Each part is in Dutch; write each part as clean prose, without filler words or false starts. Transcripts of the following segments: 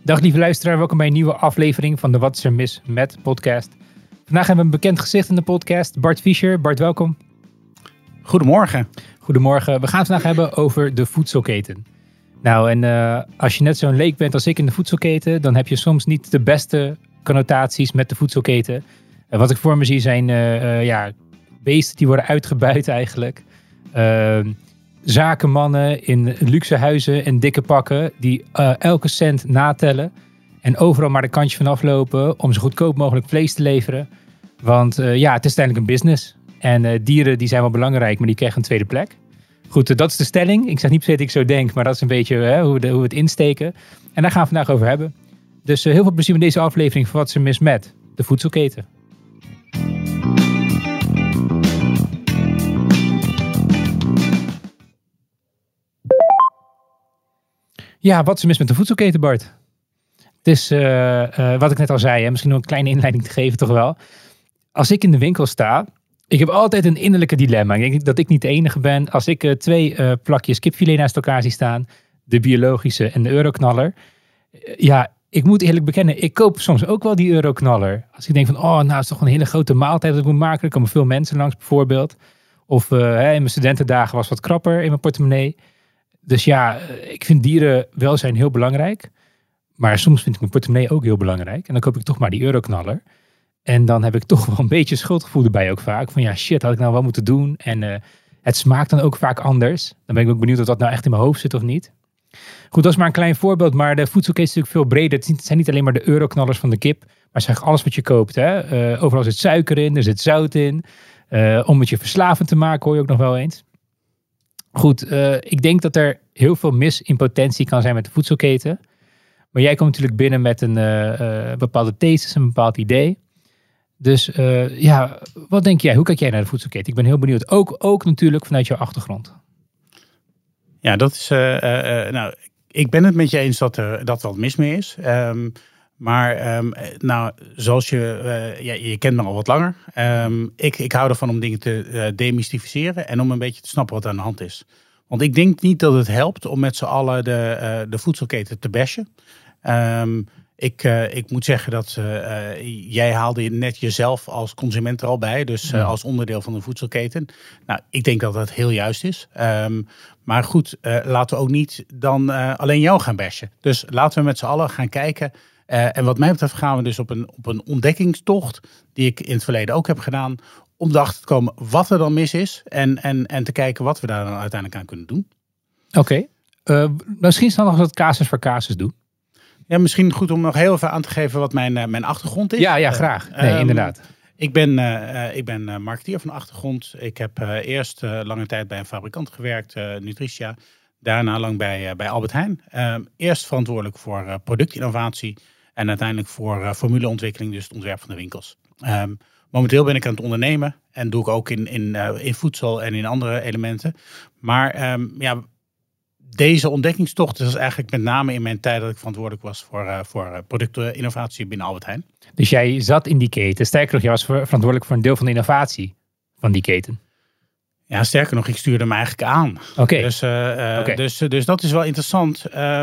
Dag lieve luisteraar, welkom bij een nieuwe aflevering van de Wat is er mis met podcast. Vandaag hebben we een bekend gezicht in de podcast, Bart Fischer. Bart, welkom. Goedemorgen. Goedemorgen. We gaan het vandaag hebben over de voedselketen. Nou, en als je net zo'n leek bent als ik in de voedselketen, dan heb je soms niet de beste connotaties met de voedselketen. Wat ik voor me zie zijn beesten die worden uitgebuit eigenlijk. Zakenmannen in luxe huizen en dikke pakken die elke cent natellen en overal maar de kantje van aflopen om zo goedkoop mogelijk vlees te leveren. Want het is uiteindelijk een business. En dieren die zijn wel belangrijk, maar die krijgen een tweede plek. Goed, dat is de stelling. Ik zeg niet per se dat ik zo denk, maar dat is een beetje hoe we het insteken. En daar gaan we vandaag over hebben. Dus heel veel plezier met deze aflevering van Wat is er mis met de voedselketen. Ja, wat is er mis met de voedselketen, Bart? Het is wat ik net al zei, misschien nog een kleine inleiding te geven toch wel. Als ik in de winkel sta, ik heb altijd een innerlijke dilemma. Ik denk dat ik niet de enige ben. Als ik 2 plakjes kipfilet naast elkaar zie staan, de biologische en de euroknaller. Ik moet eerlijk bekennen, ik koop soms ook wel die euroknaller. Als ik denk van, het is toch een hele grote maaltijd dat ik moet maken. Er komen veel mensen langs bijvoorbeeld. Of in mijn studentendagen was wat krapper in mijn portemonnee. Dus ik vind dierenwelzijn heel belangrijk. Maar soms vind ik mijn portemonnee ook heel belangrijk. En dan koop ik toch maar die euroknaller. En dan heb ik toch wel een beetje schuldgevoel erbij ook vaak. Van shit, had ik nou wel moeten doen. En het smaakt dan ook vaak anders. Dan ben ik ook benieuwd of dat nou echt in mijn hoofd zit of niet. Goed, dat is maar een klein voorbeeld. Maar de voedselketen is natuurlijk veel breder. Het zijn niet alleen maar de euroknallers van de kip. Maar het is eigenlijk alles wat je koopt. Hè? Overal zit suiker in, er zit zout in. Om het je verslavend te maken hoor je ook nog wel eens. Goed, ik denk dat er heel veel mis in potentie kan zijn met de voedselketen. Maar jij komt natuurlijk binnen met een bepaalde thesis, een bepaald idee. Dus wat denk jij? Hoe kijk jij naar de voedselketen? Ik ben heel benieuwd. Ook natuurlijk vanuit jouw achtergrond. Ja, dat is. Ik ben het met je eens dat wat mis mee is. Zoals je kent me al wat langer. Ik hou ervan om dingen te demystificeren en om een beetje te snappen wat aan de hand is. Want ik denk niet dat het helpt om met z'n allen de voedselketen te bashen. Ik moet zeggen dat jij haalde net jezelf als consument er al bij. Dus als onderdeel van de voedselketen. Nou, ik denk dat dat heel juist is. Maar goed, laten we ook niet dan alleen jou gaan bashen. Dus laten we met z'n allen gaan kijken. En wat mij betreft gaan we dus op een ontdekkingstocht. Die ik in het verleden ook heb gedaan. Om erachter te komen wat er dan mis is. En te kijken wat we daar dan uiteindelijk aan kunnen doen. Oké. Misschien is het nog wat casus voor casus doen. Ja, misschien goed om nog heel even aan te geven wat mijn achtergrond is. Ja, graag. Nee, inderdaad. Ik ben marketeer van achtergrond. Ik heb eerst lange tijd bij een fabrikant gewerkt, Nutricia. Daarna lang bij Albert Heijn. Eerst verantwoordelijk voor productinnovatie. En uiteindelijk voor formuleontwikkeling, dus het ontwerp van de winkels. Momenteel ben ik aan het ondernemen. En doe ik ook in voedsel en in andere elementen. Maar deze ontdekkingstocht is eigenlijk met name in mijn tijd dat ik verantwoordelijk was voor productinnovatie binnen Albert Heijn. Dus jij zat in die keten. Sterker nog, jij was verantwoordelijk voor een deel van de innovatie van die keten. Ja, sterker nog, ik stuurde hem eigenlijk aan. Oké. Dus dat is wel interessant.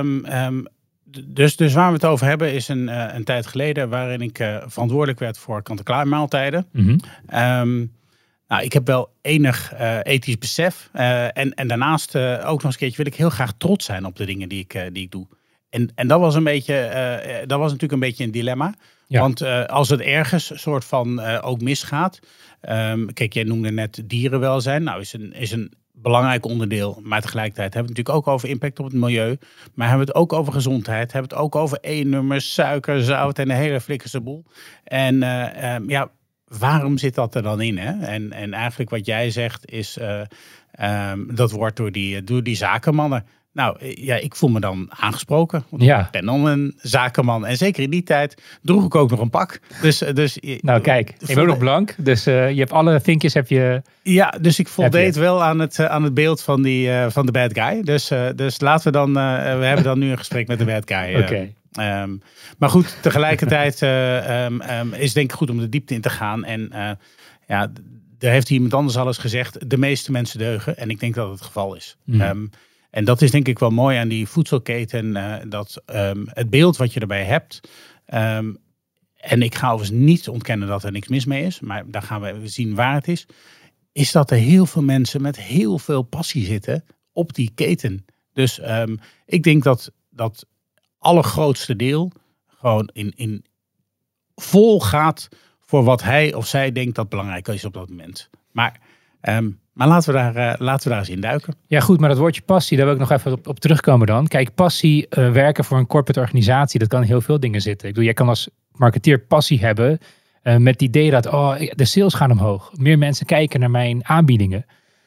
Dus waar we het over hebben is een tijd geleden waarin ik verantwoordelijk werd voor kant-en-klaar maaltijden. Mm-hmm. Ik heb wel enig ethisch besef. En daarnaast ook nog eens een keertje wil ik heel graag trots zijn op de dingen die ik doe. En dat was natuurlijk een beetje een dilemma. Ja. Want als het ergens soort van ook misgaat. Kijk, jij noemde net dierenwelzijn. Nou, is een belangrijk onderdeel. Maar tegelijkertijd hebben we het natuurlijk ook over impact op het milieu. Maar hebben we het ook over gezondheid. Hebben we het ook over E-nummers, suiker, zout en de hele flikkerse boel. En waarom zit dat er dan in? Hè? En eigenlijk wat jij zegt is, dat wordt door die zakenmannen. Nou ja, ik voel me dan aangesproken. Want ik ben dan een zakenman. En zeker in die tijd droeg ik ook nog een pak. Dus nou kijk, ik ben ook nog blank. Dus je hebt alle vinkjes heb je. Ja, dus ik voldeed wel aan het beeld van de bad guy. Dus laten we dan, we hebben dan nu een gesprek met de bad guy. Oké. Maar goed, tegelijkertijd is denk ik goed om de diepte in te gaan. En er heeft iemand anders al eens gezegd, de meeste mensen deugen. En ik denk dat het geval is. Mm. En dat is denk ik wel mooi aan die voedselketen. Dat het beeld wat je erbij hebt. En ik ga overigens niet ontkennen dat er niks mis mee is. Maar daar gaan we zien waar het is. Is dat er heel veel mensen met heel veel passie zitten op die keten. Dus ik denk dat allergrootste deel gewoon in vol gaat voor wat hij of zij denkt dat belangrijk is op dat moment. Maar laten we daar eens in duiken. Ja goed, maar dat woordje passie, daar wil ik nog even op terugkomen dan. Kijk, passie, werken voor een corporate organisatie, dat kan in heel veel dingen zitten. Ik bedoel, jij kan als marketeer passie hebben met het idee dat de sales gaan omhoog. Meer mensen kijken naar mijn aanbiedingen.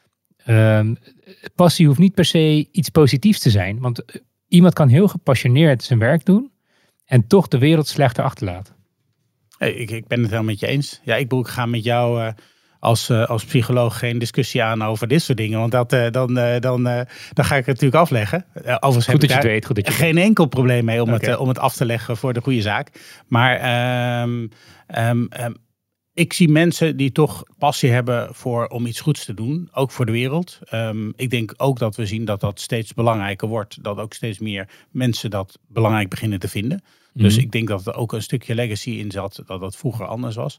Passie hoeft niet per se iets positiefs te zijn. Want iemand kan heel gepassioneerd zijn werk doen en toch de wereld slechter achterlaten. Hey, ik ben het helemaal met je eens. Ja, ik ga met jou als psycholoog geen discussie aan over dit soort dingen. Want dan ga ik het natuurlijk afleggen. Overigens goed dat je het weet. Goed dat je geen enkel probleem mee om het af te leggen voor de goede zaak. Maar ik zie mensen die toch passie hebben om iets goeds te doen. Ook voor de wereld. Ik denk ook dat we zien dat dat steeds belangrijker wordt. Dat ook steeds meer mensen dat belangrijk beginnen te vinden. Dus ik denk dat er ook een stukje legacy in zat. Dat vroeger anders was.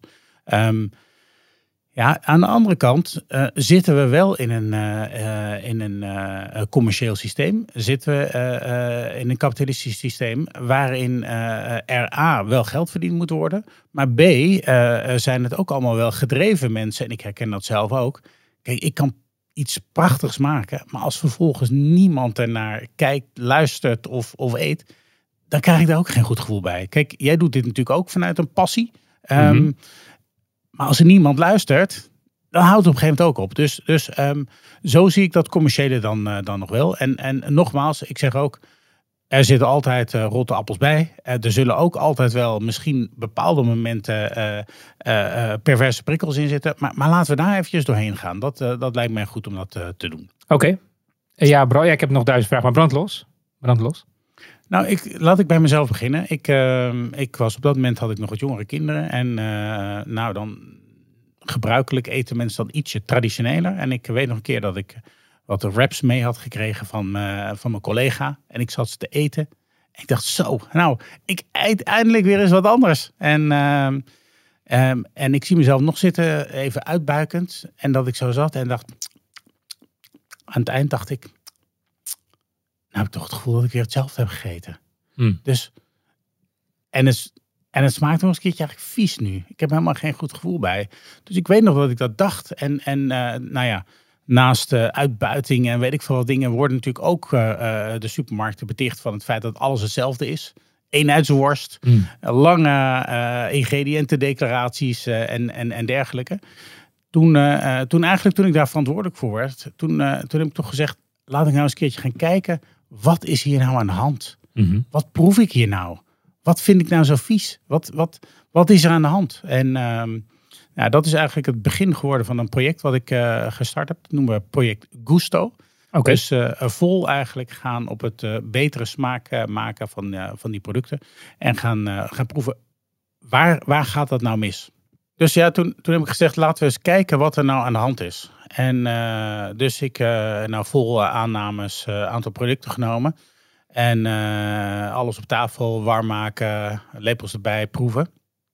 Aan de andere kant zitten we wel in een commercieel systeem. Zitten we in een kapitalistisch systeem waarin er wel geld verdiend moet worden. Maar B, zijn het ook allemaal wel gedreven mensen. En ik herken dat zelf ook. Kijk, ik kan iets prachtigs maken. Maar als vervolgens niemand ernaar kijkt, luistert of eet, dan krijg ik daar ook geen goed gevoel bij. Kijk, jij doet dit natuurlijk ook vanuit een passie. Maar als er niemand luistert, dan houdt het op een gegeven moment ook op. Dus zo zie ik dat commerciële dan nog wel. En nogmaals, ik zeg ook, er zitten altijd rotte appels bij. Er zullen ook altijd wel misschien bepaalde momenten perverse prikkels in zitten. Maar laten we daar eventjes doorheen gaan. Dat lijkt mij goed om dat te doen. Oké. Ja, bro, ik heb nog 1000 vragen, maar brand los. Nou, laat ik bij mezelf beginnen. Ik was op dat moment had ik nog wat jongere kinderen. En dan gebruikelijk eten mensen dan ietsje traditioneler. En ik weet nog een keer dat ik wat wraps mee had gekregen van mijn collega. En ik zat ze te eten. En ik dacht zo, ik eet eindelijk weer eens wat anders. En ik zie mezelf nog zitten, even uitbuikend. En dat ik zo zat en dacht, aan het eind dacht ik, heb ik toch het gevoel dat ik weer hetzelfde heb gegeten. Dus, en het smaakt nog eens een keertje eigenlijk vies nu. Ik heb helemaal geen goed gevoel bij. Dus ik weet nog dat ik dat dacht. En naast uitbuiting en weet ik veel wat dingen worden natuurlijk ook de supermarkten beticht van het feit dat alles hetzelfde is. Eenheidsworst, lange ingrediëntendeclaraties en dergelijke. Toen ik daar verantwoordelijk voor werd, toen heb ik toch gezegd, laat ik nou eens een keertje gaan kijken, wat is hier nou aan de hand? Wat proef ik hier nou? Wat vind ik nou zo vies? Wat is er aan de hand? En dat is eigenlijk het begin geworden van een project wat ik gestart heb. Dat noemen we project Gusto. Okay. Dus vol eigenlijk gaan op het betere smaak maken van die producten. En gaan proeven, waar gaat dat nou mis? Dus ja, toen heb ik gezegd, laten we eens kijken wat er nou aan de hand is. En dus ik vol aannames, aantal producten genomen. En alles op tafel, warm maken, lepels erbij, proeven.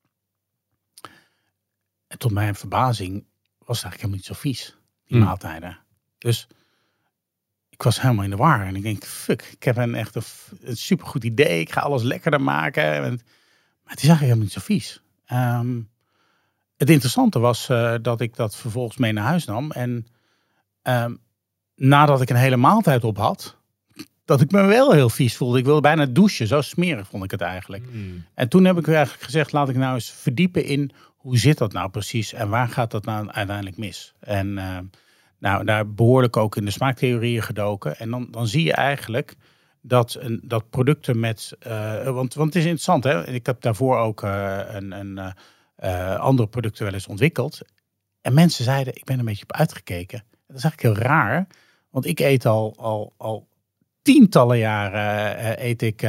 En tot mijn verbazing was het eigenlijk helemaal niet zo vies, die maaltijden. Dus ik was helemaal in de war. En ik denk, fuck, ik heb een supergoed idee. Ik ga alles lekkerder maken. Maar het is eigenlijk helemaal niet zo vies. Het interessante was dat ik dat vervolgens mee naar huis nam. En nadat ik een hele maaltijd op had, dat ik me wel heel vies voelde. Ik wilde bijna douchen. Zo smerig vond ik het eigenlijk. En toen heb ik eigenlijk gezegd, laat ik nou eens verdiepen in hoe zit dat nou precies en waar gaat dat nou uiteindelijk mis? En daar behoorlijk ook in de smaaktheorieën gedoken. En dan zie je eigenlijk dat producten met... want het is interessant, hè? Ik heb daarvoor ook andere producten wel eens ontwikkeld. En mensen zeiden, ik ben een beetje op uitgekeken. Dat is eigenlijk heel raar. Want ik eet al tientallen jaren eet ik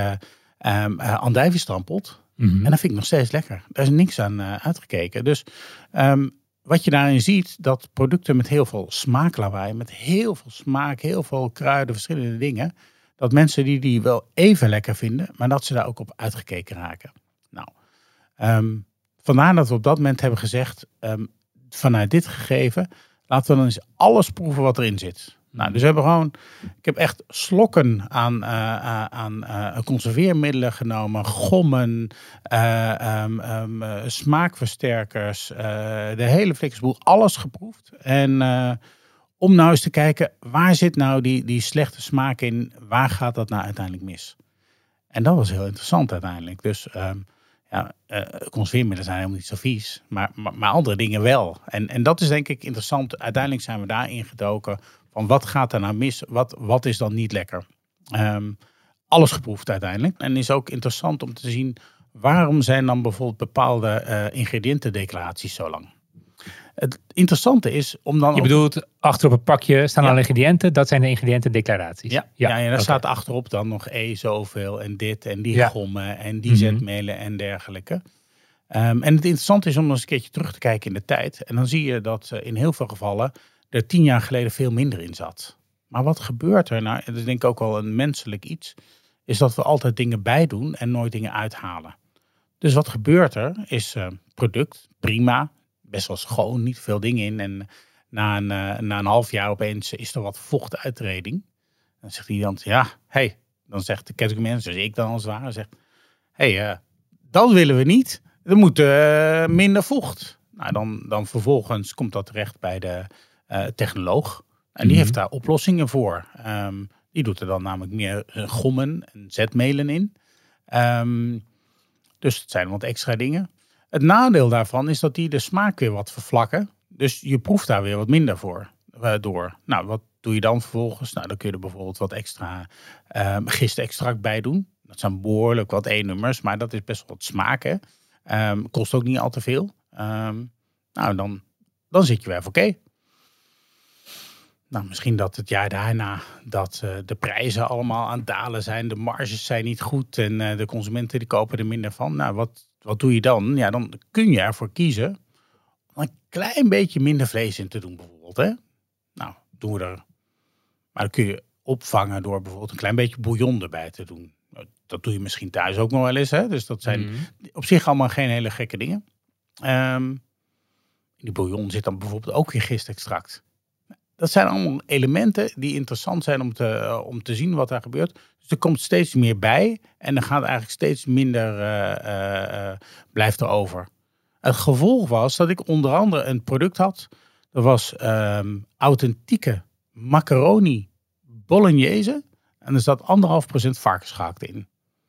andijviestrampot. En dat vind ik nog steeds lekker. Daar is niks aan uitgekeken. Dus wat je daarin ziet, dat producten met heel veel smaaklawaai, met heel veel smaak, heel veel kruiden, verschillende dingen, dat mensen die wel even lekker vinden, maar dat ze daar ook op uitgekeken raken. Nou, vandaar dat we op dat moment hebben gezegd, vanuit dit gegeven, laten we dan eens alles proeven wat erin zit. Nou, dus ik heb echt slokken aan conserveermiddelen genomen, gommen, smaakversterkers, de hele flikkersboel, alles geproefd. En om nou eens te kijken, waar zit nou die slechte smaak in? Waar gaat dat nou uiteindelijk mis? En dat was heel interessant uiteindelijk. Dus conserveermiddelen zijn helemaal niet zo vies, maar andere dingen wel. En dat is denk ik interessant. Uiteindelijk zijn we daarin gedoken van wat gaat er nou mis? Wat is dan niet lekker? Alles geproefd uiteindelijk. En is ook interessant om te zien, waarom zijn dan bijvoorbeeld bepaalde ingrediëntendeclaraties zo lang? Het interessante is om dan... Je bedoelt, achter op het pakje staan alle ingrediënten. Dat zijn de ingrediëntendeclaraties. Ja, daar staat achterop dan nog zoveel en dit en die gommen en die zetmelen en dergelijke. En het interessante is om eens een keertje terug te kijken in de tijd. En dan zie je dat in heel veel gevallen er 10 jaar geleden veel minder in zat. Maar wat gebeurt er? Nou, dat is denk ik ook wel een menselijk iets. Is dat we altijd dingen bijdoen en nooit dingen uithalen. Dus wat gebeurt er? Is product prima. Best wel schoon, niet veel dingen in. En na een half jaar opeens is er wat vochtuitreding. Dan zegt iemand, dan zegt de category manager, dus ik dan als het ware, zegt, dat willen we niet. Er moet minder vocht. Nou, dan vervolgens komt dat terecht bij de technoloog. En die heeft daar oplossingen voor. Die doet er dan namelijk meer gommen en zetmelen in. Dus het zijn wat extra dingen. Het nadeel daarvan is dat die de smaak weer wat vervlakken. Dus je proeft daar weer wat minder door. Nou, wat doe je dan vervolgens? Nou, dan kun je er bijvoorbeeld wat extra gistextract bij doen. Dat zijn behoorlijk wat E-nummers, maar dat is best wel wat smaak. Kost ook niet al te veel. Dan zit je weer even oké. Nou, misschien dat het jaar daarna dat de prijzen allemaal aan het dalen zijn. De marges zijn niet goed en de consumenten die kopen er minder van. Nou, wat doe je dan? Ja, dan kun je ervoor kiezen om een klein beetje minder vlees in te doen bijvoorbeeld. Hè? Nou, doen we er. Maar dan kun je opvangen door bijvoorbeeld een klein beetje bouillon erbij te doen. Dat doe je misschien thuis ook nog wel eens. Hè? Dus dat zijn op zich allemaal geen hele gekke dingen. In die bouillon zit dan bijvoorbeeld ook weer gistextract. Dat zijn allemaal elementen die interessant zijn om te zien wat daar gebeurt. Dus er komt steeds meer bij en er gaat eigenlijk steeds minder blijft er over. Het gevolg was dat ik onder andere een product had. Dat was authentieke macaroni bolognese. En er zat 1,5% varkensgehakt in.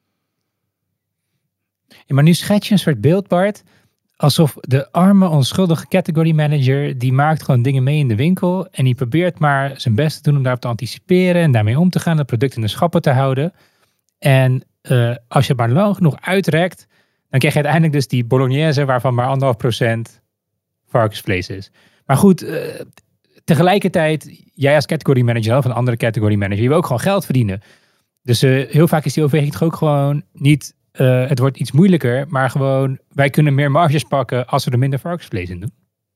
Ja, maar nu schets je een soort beeld, Bart. Alsof de arme, onschuldige category manager, die maakt gewoon dingen mee in de winkel. En die probeert maar zijn best te doen om daarop te anticiperen en daarmee om te gaan, het product in de schappen te houden. En als je het maar lang genoeg uitrekt, dan krijg je uiteindelijk dus die bolognese waarvan maar 1,5% varkensvlees is. Maar goed, tegelijkertijd, jij als category manager of een andere category manager, je wil ook gewoon geld verdienen. Dus heel vaak is die overweging toch ook gewoon niet, het wordt iets moeilijker, maar gewoon wij kunnen meer marges pakken als we er minder varkensvlees in doen.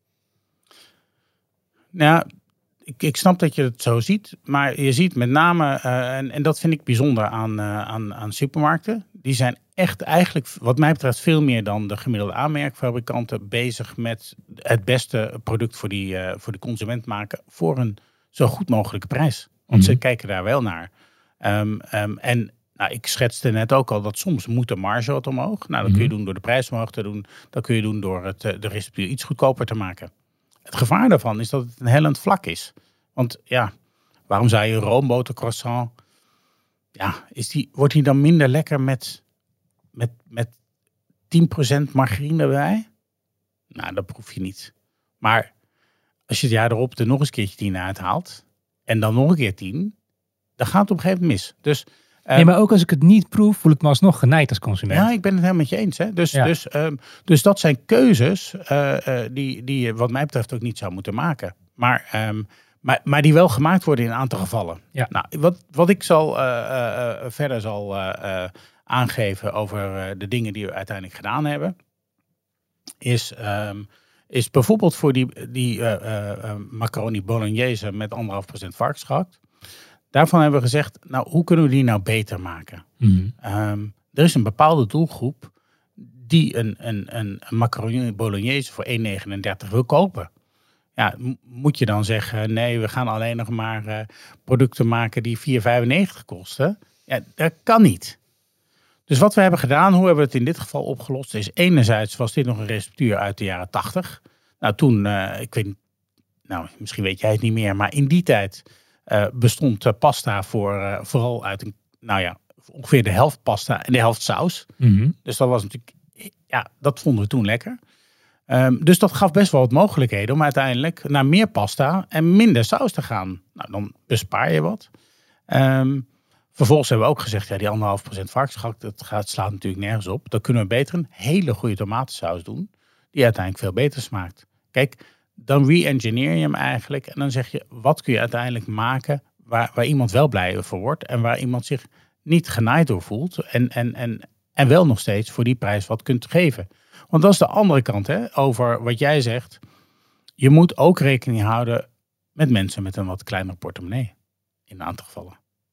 Nou, ik snap dat je het zo ziet, maar je ziet met name, en dat vind ik bijzonder aan supermarkten, die zijn echt eigenlijk, wat mij betreft, veel meer dan de gemiddelde aanmerkfabrikanten bezig met het beste product voor de consument maken voor een zo goed mogelijke prijs. Want ze kijken daar wel naar. En ik schetste net ook al dat soms moet de marge wat omhoog. Nou, dat kun je doen door de prijs omhoog te doen. Dat kun je doen door de receptuur iets goedkoper te maken. Het gevaar daarvan is dat het een hellend vlak is. Want ja, waarom zou je een roomboter croissant... Ja, wordt die dan minder lekker met 10% margarine erbij? Nou, dat proef je niet. Maar als je het jaar erop er nog eens een keertje 10 uithaalt... en dan nog een keer 10... dan gaat het op een gegeven moment mis. Dus... nee, maar ook als ik het niet proef, voel ik me alsnog genaaid als consument. Ja, ik ben het helemaal met je eens. Hè? Dus dat zijn keuzes die je wat mij betreft ook niet zou moeten maken. Maar die wel gemaakt worden in een aantal gevallen. Ja. Nou, wat ik verder zal aangeven over de dingen die we uiteindelijk gedaan hebben, is is bijvoorbeeld voor die macaroni bolognese met 1,5% varkensgehakt. Daarvan hebben we gezegd, nou, hoe kunnen we die nou beter maken? Er is een bepaalde doelgroep die een macaroni bolognese voor 1,39 wil kopen. Ja, moet je dan zeggen, nee, we gaan alleen nog maar producten maken die 4,95 kosten? Ja, dat kan niet. Dus wat we hebben gedaan, hoe hebben we het in dit geval opgelost, is enerzijds was dit nog een receptuur uit de jaren 80. Nou, toen, ik weet niet, misschien weet jij het niet meer, maar in die tijd bestond pasta vooral uit ongeveer de helft pasta en de helft saus. Dus dat was natuurlijk, dat vonden we toen lekker. Dus dat gaf best wel wat mogelijkheden om uiteindelijk naar meer pasta en minder saus te gaan. Nou, dan bespaar je wat. Vervolgens hebben we ook gezegd, die 1,5% varkensgehakt, dat slaat natuurlijk nergens op. Dan kunnen we beter een hele goede tomatensaus doen, die uiteindelijk veel beter smaakt. Kijk, dan re-engineer je hem eigenlijk en dan zeg je, wat kun je uiteindelijk maken waar iemand wel blij voor wordt en waar iemand zich niet genaaid door voelt en wel nog steeds voor die prijs wat kunt geven. Want dat is de andere kant, over wat jij zegt. Je moet ook rekening houden met mensen met een wat kleinere portemonnee. In een aantal gevallen.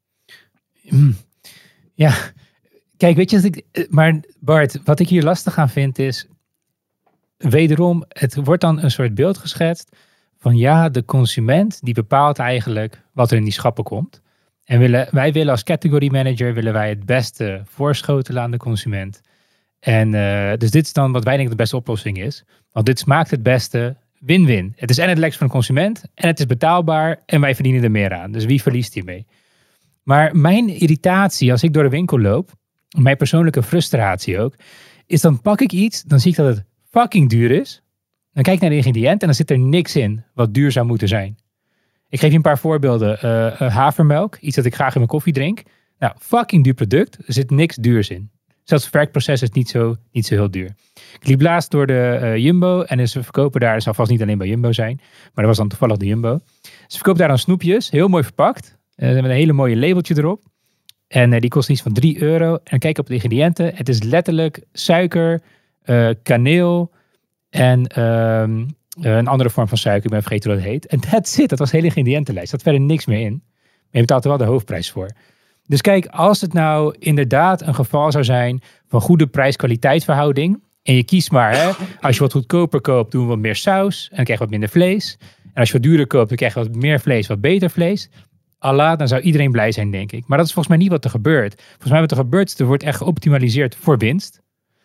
Ja, kijk, weet je, maar Bart, wat ik hier lastig aan vind is, wederom, het wordt dan een soort beeld geschetst van de consument die bepaalt eigenlijk wat er in die schappen komt. En wij willen als category manager het beste voorschotelen aan de consument. En dus dit is dan wat wij denken de beste oplossing is. Want dit smaakt het beste win-win. Het is en het lekkerst van de consument en het is betaalbaar en wij verdienen er meer aan. Dus wie verliest hiermee? Maar mijn irritatie als ik door de winkel loop, mijn persoonlijke frustratie ook, is dan pak ik iets, dan zie ik dat het fucking duur is. Dan kijk ik naar de ingrediënten en dan zit er niks in wat duur zou moeten zijn. Ik geef je een paar voorbeelden. Havermelk, iets dat ik graag in mijn koffie drink. Nou, fucking duur product. Er zit niks duurs in. Zelfs het verwerkproces is niet zo heel duur. Ik liep laatst door de Jumbo en ze verkopen daar, het zal vast niet alleen bij Jumbo zijn, maar dat was dan toevallig de Jumbo. Ze verkopen daar dan snoepjes, heel mooi verpakt, met een hele mooie labeltje erop. En die kost iets van €3. En dan kijk ik op de ingrediënten. Het is letterlijk suiker, kaneel en een andere vorm van suiker. Ik ben vergeten hoe dat heet. En that's it. Dat was de hele ingrediëntenlijst. Er zat verder niks meer in. Maar je betaalt er wel de hoofdprijs voor. Dus kijk, als het nou inderdaad een geval zou zijn van goede prijs-kwaliteitsverhouding. En je kiest maar, als je wat goedkoper koopt, doen we wat meer saus. En dan krijg je wat minder vlees. En als je wat duurder koopt, dan krijg je wat meer vlees, wat beter vlees. Allah, dan zou iedereen blij zijn, denk ik. Maar dat is volgens mij niet wat er gebeurt. Volgens mij wat er gebeurt is, er wordt echt geoptimaliseerd voor winst.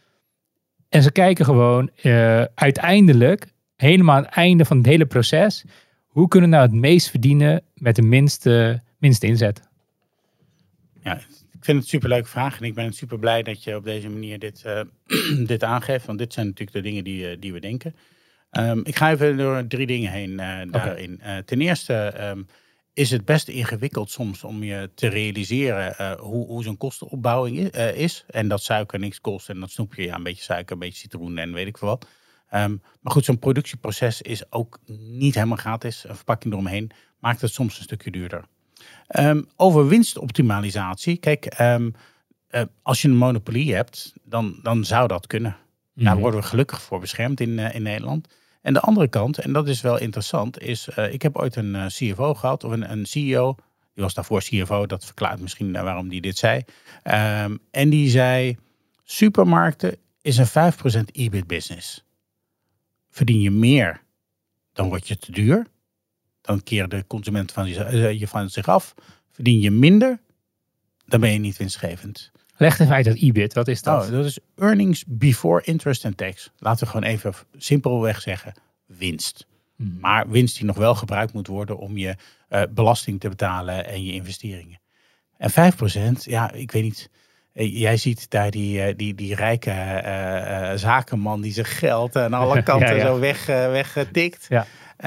En ze kijken gewoon uiteindelijk, helemaal aan het einde van het hele proces, hoe kunnen we nou het meest verdienen met de minste inzet? Ja, ik vind het een superleuke vraag en ik ben super blij dat je op deze manier dit aangeeft. Want dit zijn natuurlijk de dingen die we denken. Ik ga even door 3 dingen heen daarin. Ten eerste is het best ingewikkeld soms om je te realiseren hoe zo'n kostenopbouwing is. En dat suiker niks kost en dat snoepje, een beetje suiker, een beetje citroen en weet ik veel wat. Maar goed, zo'n productieproces is ook niet helemaal gratis. Een verpakking eromheen maakt het soms een stukje duurder. Over winstoptimalisatie. Kijk, als je een monopolie hebt, dan zou dat kunnen. Daar worden we gelukkig voor beschermd in Nederland. En de andere kant, en dat is wel interessant, is ik heb ooit een CFO gehad, of een CEO. Die was daarvoor CFO, dat verklaart misschien waarom die dit zei. En die zei, supermarkten is een 5% EBIT business. Verdien je meer, dan word je te duur. Dan keer de consument van zich af. Verdien je minder, dan ben je niet winstgevend. Leg even uit dat EBIT, wat is dat? Dat is earnings before interest and tax. Laten we gewoon even simpelweg zeggen, winst. Maar winst die nog wel gebruikt moet worden om je belasting te betalen en je investeringen. En 5%, ik weet niet. Jij ziet daar die rijke zakenman die zijn geld aan alle kanten zo wegtikt. Ja.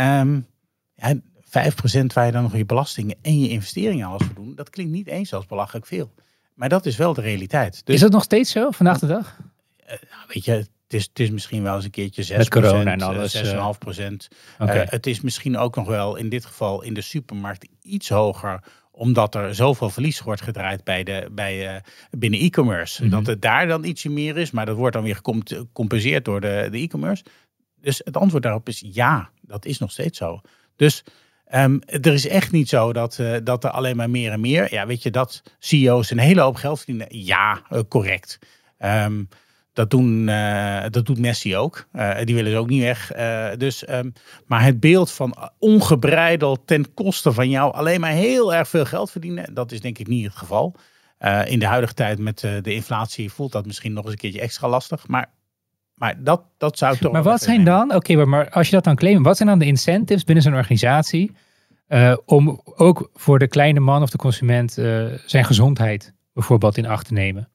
5% waar je dan nog je belastingen en je investeringen alles voor doen, dat klinkt niet eens als belachelijk veel. Maar dat is wel de realiteit. Dus, is dat nog steeds zo, vandaag de dag? Weet je, het is misschien wel eens een keertje 6%. Met corona en alles. 6,5%. Het is misschien ook nog wel in dit geval in de supermarkt iets hoger, omdat er zoveel verlies wordt gedraaid binnen e-commerce. Dat het daar dan ietsje meer is, maar dat wordt dan weer gecompenseerd door de e-commerce. Dus het antwoord daarop is ja, dat is nog steeds zo. Dus er is echt niet zo dat er alleen maar meer en meer... Ja, weet je, dat CEO's een hele hoop geld verdienen. Ja, correct. Dat doet Messi ook. Die willen ze ook niet weg. Maar het beeld van ongebreideld ten koste van jou alleen maar heel erg veel geld verdienen, dat is denk ik niet het geval. In de huidige tijd met de inflatie voelt dat misschien nog eens een keertje extra lastig. Maar dat zou toch. Maar wat zijn dan, maar als je dat dan claimt, wat zijn dan de incentives binnen zo'n organisatie om ook voor de kleine man of de consument zijn gezondheid bijvoorbeeld in acht te nemen?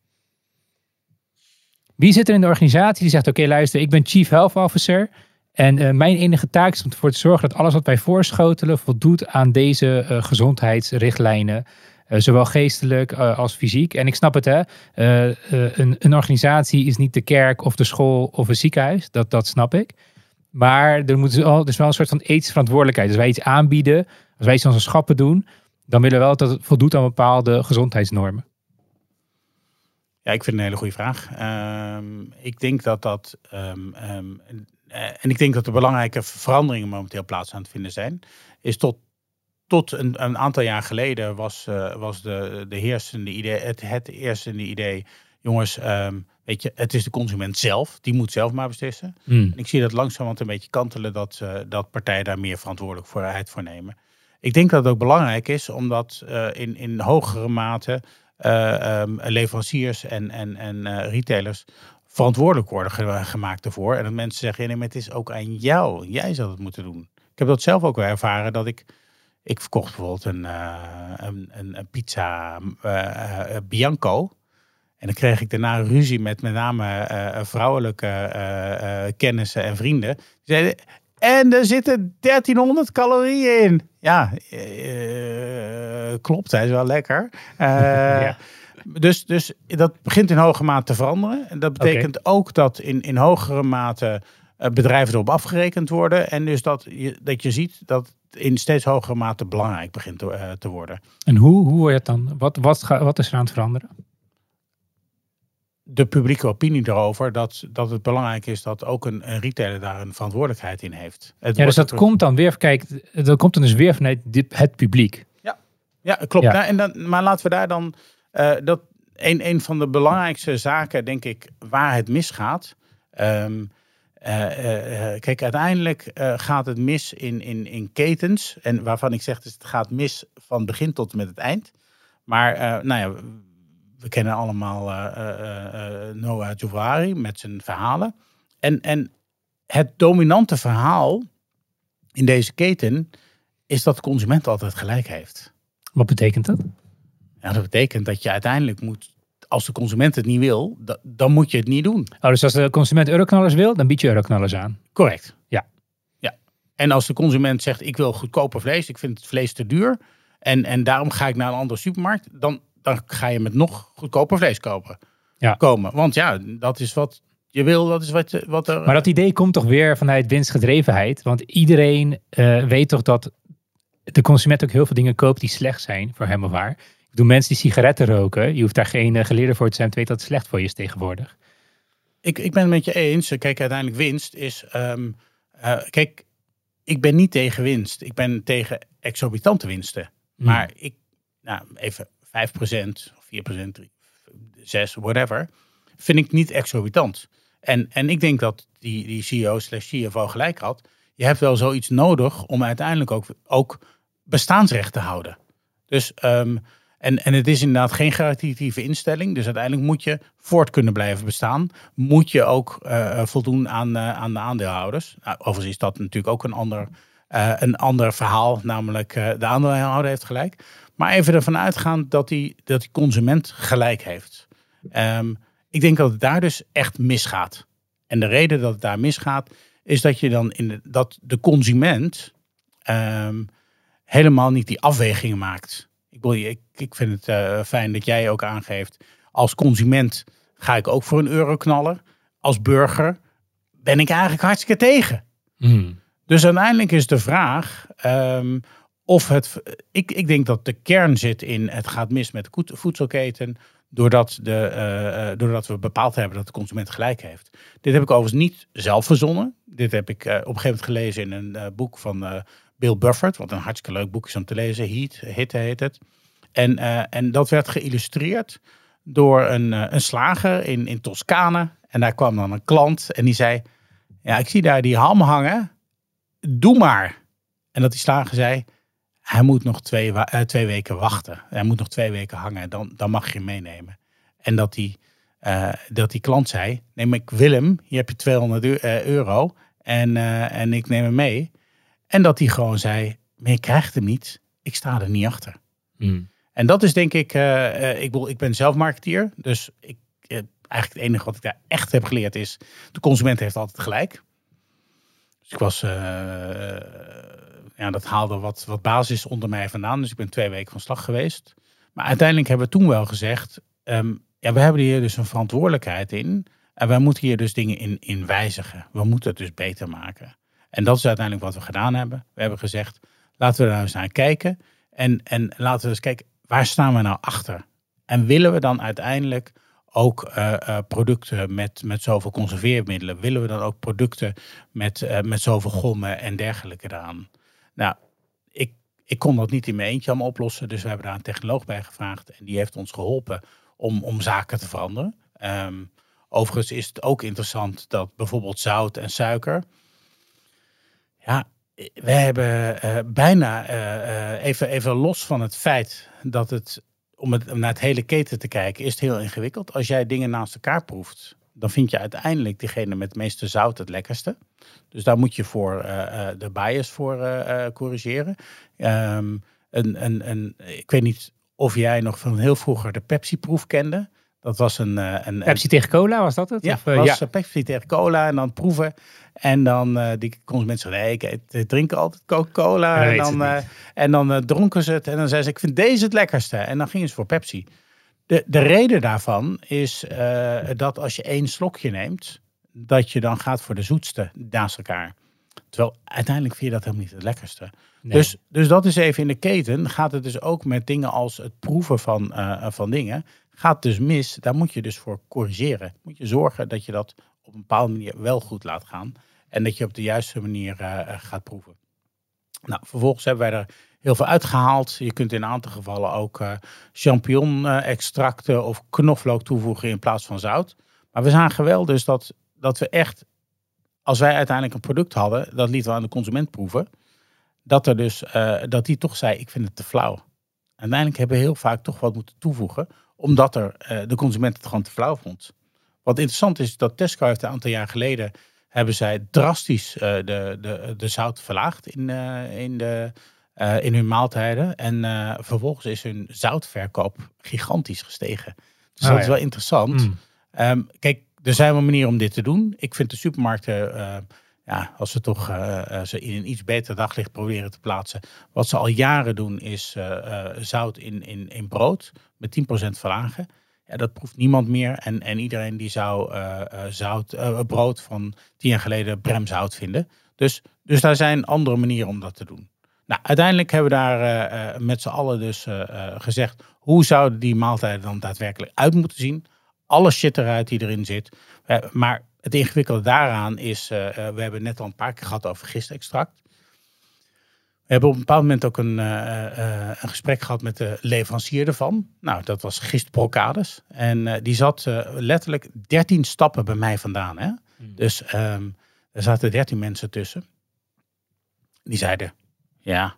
Wie zit er in de organisatie die zegt, oké, luister, ik ben Chief Health Officer en mijn enige taak is om ervoor te zorgen dat alles wat wij voorschotelen voldoet aan deze gezondheidsrichtlijnen, zowel geestelijk als fysiek. En ik snap het, hè. Een organisatie is niet de kerk of de school of een ziekenhuis, dat snap ik. Maar er is wel een soort van ethische verantwoordelijkheid. Als wij iets aanbieden, als wij iets aan onze schappen doen, dan willen we wel dat het voldoet aan bepaalde gezondheidsnormen. Ja, ik vind het een hele goede vraag. Ik denk ik denk dat er belangrijke veranderingen momenteel plaats aan het vinden zijn. Is tot een aantal jaar geleden was de heersende idee, het heersende idee, jongens, weet je, het is de consument zelf, die moet zelf maar beslissen. En ik zie dat langzamerhand een beetje kantelen dat partijen daar meer verantwoordelijkheid voor nemen. Ik denk dat het ook belangrijk is, omdat in hogere mate leveranciers en retailers verantwoordelijk worden gemaakt ervoor. En dat mensen zeggen, nee, maar het is ook aan jou. Jij zou het moeten doen. Ik heb dat zelf ook wel ervaren, dat ik verkocht bijvoorbeeld een pizza Bianco. En dan kreeg ik daarna ruzie met name vrouwelijke kennissen en vrienden. Die zeiden, en er zitten 1300 calorieën in. Ja, klopt, hij is wel lekker. Ja. Dus dat begint in hoge mate te veranderen. En dat betekent ook dat in hogere mate bedrijven erop afgerekend worden. En dus dat je ziet dat in steeds hogere mate belangrijk begint te worden. En hoe wordt het dan? Wat is er aan het veranderen? De publieke opinie erover dat het belangrijk is dat ook een retailer daar een verantwoordelijkheid in heeft. Dus dat komt dan weer, dat komt dan dus weer vanuit het publiek. Ja, klopt. Ja. Nou, maar laten we daar dan, dat een van de belangrijkste zaken, denk ik, waar het misgaat. Kijk, uiteindelijk gaat het mis in ketens. En waarvan ik zeg, dus het gaat mis van begin tot en met het eind. Maar we kennen allemaal Noah Jouari met zijn verhalen. En het dominante verhaal in deze keten is dat de consument altijd gelijk heeft. Wat betekent dat? Ja, dat betekent dat je uiteindelijk moet, als de consument het niet wil, dan moet je het niet doen. Oh, dus als de consument euroknallers wil, dan bied je euroknallers aan? Correct. Ja. En als de consument zegt, ik wil goedkoper vlees, ik vind het vlees te duur en daarom ga ik naar een andere supermarkt, dan ga je met nog goedkoper vlees komen. Want ja, dat is wat je wil, dat is wat er... Maar dat idee komt toch weer vanuit winstgedrevenheid? Want iedereen weet toch dat de consument ook heel veel dingen koopt die slecht zijn voor hem of haar. Ik bedoel, mensen die sigaretten roken, je hoeft daar geen geleerde voor te zijn, te weten dat het slecht voor je is tegenwoordig. Ik ben het met je eens. Kijk, uiteindelijk winst is... kijk, ik ben niet tegen winst. Ik ben tegen exorbitante winsten. Maar even 5% of 4%, 6%, whatever, vind ik niet exorbitant. En ik denk dat die CEO/CFO gelijk had. Je hebt wel zoiets nodig om uiteindelijk ook bestaansrecht te houden. Dus, en het is inderdaad geen caritatieve instelling. Dus uiteindelijk moet je voort kunnen blijven bestaan. Moet je ook voldoen aan de aandeelhouders. Nou, overigens is dat natuurlijk ook een ander verhaal. Namelijk de aandeelhouder heeft gelijk. Maar even ervan uitgaan dat die consument gelijk heeft. Ik denk dat het daar dus echt misgaat. En de reden dat het daar misgaat is dat je dan dat de consument helemaal niet die afwegingen maakt. Ik vind het fijn dat jij ook aangeeft. Als consument ga ik ook voor een euroknaller. Als burger ben ik eigenlijk hartstikke tegen. Dus uiteindelijk is de vraag of het... Ik denk dat de kern zit in het gaat mis met de voedselketen. doordat we bepaald hebben dat de consument gelijk heeft. Dit heb ik overigens niet zelf verzonnen. Dit heb ik op een gegeven moment gelezen in een boek van Bill Buffett, wat een hartstikke leuk boek is om te lezen. Hitte heet het. En dat werd geïllustreerd door een slager in Toscane. En daar kwam dan een klant en die zei, ja, ik zie daar die ham hangen. Doe maar. En dat die slager zei, hij moet nog 2 weken wachten. Hij moet nog 2 weken hangen. Dan mag je hem meenemen. En dat die klant zei, nee, maar ik wil hem. Hier heb je €200 en ik neem hem mee. En dat hij gewoon zei, maar je krijgt hem niet. Ik sta er niet achter. En dat is denk ik, ik ben zelf marketeer. Dus eigenlijk het enige wat ik daar echt heb geleerd is, de consument heeft altijd gelijk. Dus ik was, dat haalde wat basis onder mij vandaan. Dus ik ben 2 weken van slag geweest. Maar uiteindelijk hebben we toen wel gezegd, we hebben hier dus een verantwoordelijkheid in. En wij moeten hier dus dingen in wijzigen. We moeten het dus beter maken. En dat is uiteindelijk wat we gedaan hebben. We hebben gezegd, laten we daar eens naar kijken. En laten we eens kijken, waar staan we nou achter? En willen we dan uiteindelijk ook producten met zoveel conserveermiddelen? Willen we dan ook producten met zoveel gommen en dergelijke eraan? Nou, ik kon dat niet in mijn eentje allemaal oplossen. Dus we hebben daar een technoloog bij gevraagd. En die heeft ons geholpen om zaken te veranderen. Overigens is het ook interessant dat bijvoorbeeld zout en suiker. Ja, we hebben bijna, even los van het feit dat het, om naar het hele keten te kijken, is het heel ingewikkeld. Als jij dingen naast elkaar proeft, dan vind je uiteindelijk diegene met het meeste zout het lekkerste. Dus daar moet je voor de bias voor corrigeren. Ik weet niet of jij nog van heel vroeger de Pepsi-proef kende. Dat was een Pepsi tegen cola, was dat het? Ja, Pepsi tegen cola en dan proeven. En dan die consument zei, nee, ik drink altijd Coca-Cola. En dan dronken ze het. En dan zei ze, ik vind deze het lekkerste. En dan gingen ze voor Pepsi. De reden daarvan is dat als je 1 slokje neemt, dat je dan gaat voor de zoetste naast elkaar. Terwijl uiteindelijk vind je dat helemaal niet het lekkerste. Nee. Dus dat is even in de keten. Gaat het dus ook met dingen als het proeven van dingen. Gaat dus mis. Daar moet je dus voor corrigeren. Moet je zorgen dat je dat op een bepaalde manier wel goed laat gaan. En dat je op de juiste manier gaat proeven. Nou, vervolgens hebben wij er heel veel uitgehaald. Je kunt in een aantal gevallen ook champignon-extracten of knoflook toevoegen in plaats van zout. Maar we zagen wel dus dat we echt, als wij uiteindelijk een product hadden, dat lieten we aan de consument proeven, dat die toch zei, ik vind het te flauw. Uiteindelijk hebben we heel vaak toch wat moeten toevoegen, omdat de consument het gewoon te flauw vond. Wat interessant is, dat Tesco heeft een aantal jaar geleden, hebben zij drastisch de zout verlaagd in hun maaltijden. En vervolgens is hun zoutverkoop gigantisch gestegen. Dus dat is wel interessant. Kijk, er zijn wel manieren om dit te doen. Ik vind de supermarkten, als ze toch ze in een iets beter daglicht proberen te plaatsen. Wat ze al jaren doen is zout in brood met 10% verlagen. Ja, dat proeft niemand meer. En iedereen die zou brood van 10 jaar geleden bremzout vinden. Dus daar zijn andere manieren om dat te doen. Nou, uiteindelijk hebben we daar met z'n allen dus gezegd, hoe zouden die maaltijden dan daadwerkelijk uit moeten zien? Alle shit eruit die erin zit. Maar het ingewikkelde daaraan is, we hebben net al een paar keer gehad over gistextract. We hebben op een bepaald moment ook een gesprek gehad met de leverancier ervan. Nou, dat was Gist Brocades. En die zat letterlijk 13 stappen bij mij vandaan. Hè? Dus er zaten 13 mensen tussen. Die zeiden, ja,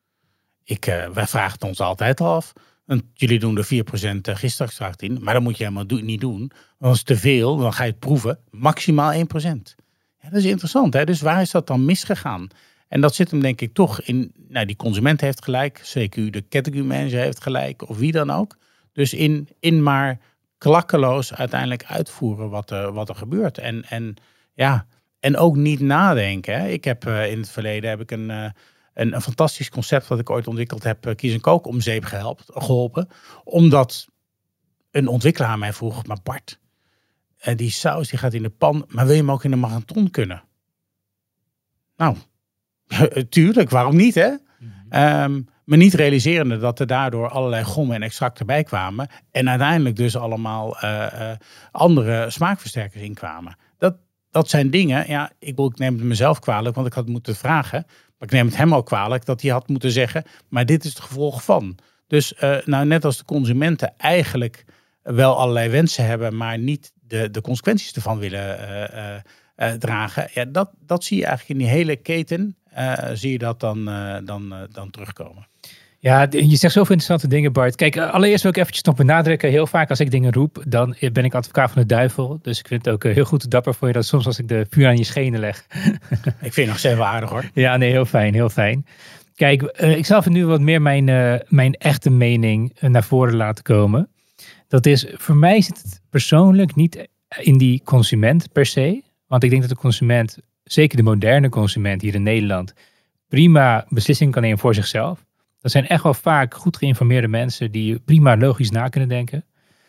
wij vragen het ons altijd af. Want jullie doen er 4% gistextract in. Maar dat moet je helemaal niet doen. Want als het te veel, dan ga je het proeven. Maximaal 1%. Ja, dat is interessant. Hè? Dus waar is dat dan misgegaan? En dat zit hem denk ik toch in, die consument heeft gelijk, CQ, de category manager heeft gelijk, of wie dan ook. Dus in maar klakkeloos uiteindelijk uitvoeren wat er gebeurt. En ook niet nadenken. Hè. Ik heb in het verleden een fantastisch concept dat ik ooit ontwikkeld heb, Kies en Kook om zeep geholpen. Omdat een ontwikkelaar mij vroeg, maar Bart, die saus die gaat in de pan, maar wil je hem ook in de magnetron kunnen? Nou, tuurlijk, waarom niet, hè? Maar niet realiserende dat er daardoor allerlei gommen en extracten bij kwamen. En uiteindelijk dus allemaal andere smaakversterkers inkwamen. Dat zijn dingen, ja, ik neem het mezelf kwalijk, want ik had moeten vragen. Maar ik neem het hem ook kwalijk dat hij had moeten zeggen, maar dit is het gevolg van. Dus net als de consumenten eigenlijk wel allerlei wensen hebben, maar niet de consequenties ervan willen dragen. Ja, dat zie je eigenlijk in die hele keten, zie je dat dan terugkomen. Ja, je zegt zoveel interessante dingen, Bart. Kijk, allereerst wil ik eventjes nog benadrukken. Heel vaak als ik dingen roep, dan ben ik advocaat van de duivel. Dus ik vind het ook heel goed dapper voor je dat soms als ik de vuur aan je schenen leg. Ik vind het nog steeds wel aardig hoor. Ja, nee, heel fijn, heel fijn. Kijk, ik zal even nu wat meer mijn echte mening naar voren laten komen. Dat is, voor mij zit het persoonlijk niet in die consument per se. Want ik denk dat de consument, zeker de moderne consument hier in Nederland, prima beslissingen kan nemen voor zichzelf. Dat zijn echt wel vaak goed geïnformeerde mensen die prima logisch na kunnen denken.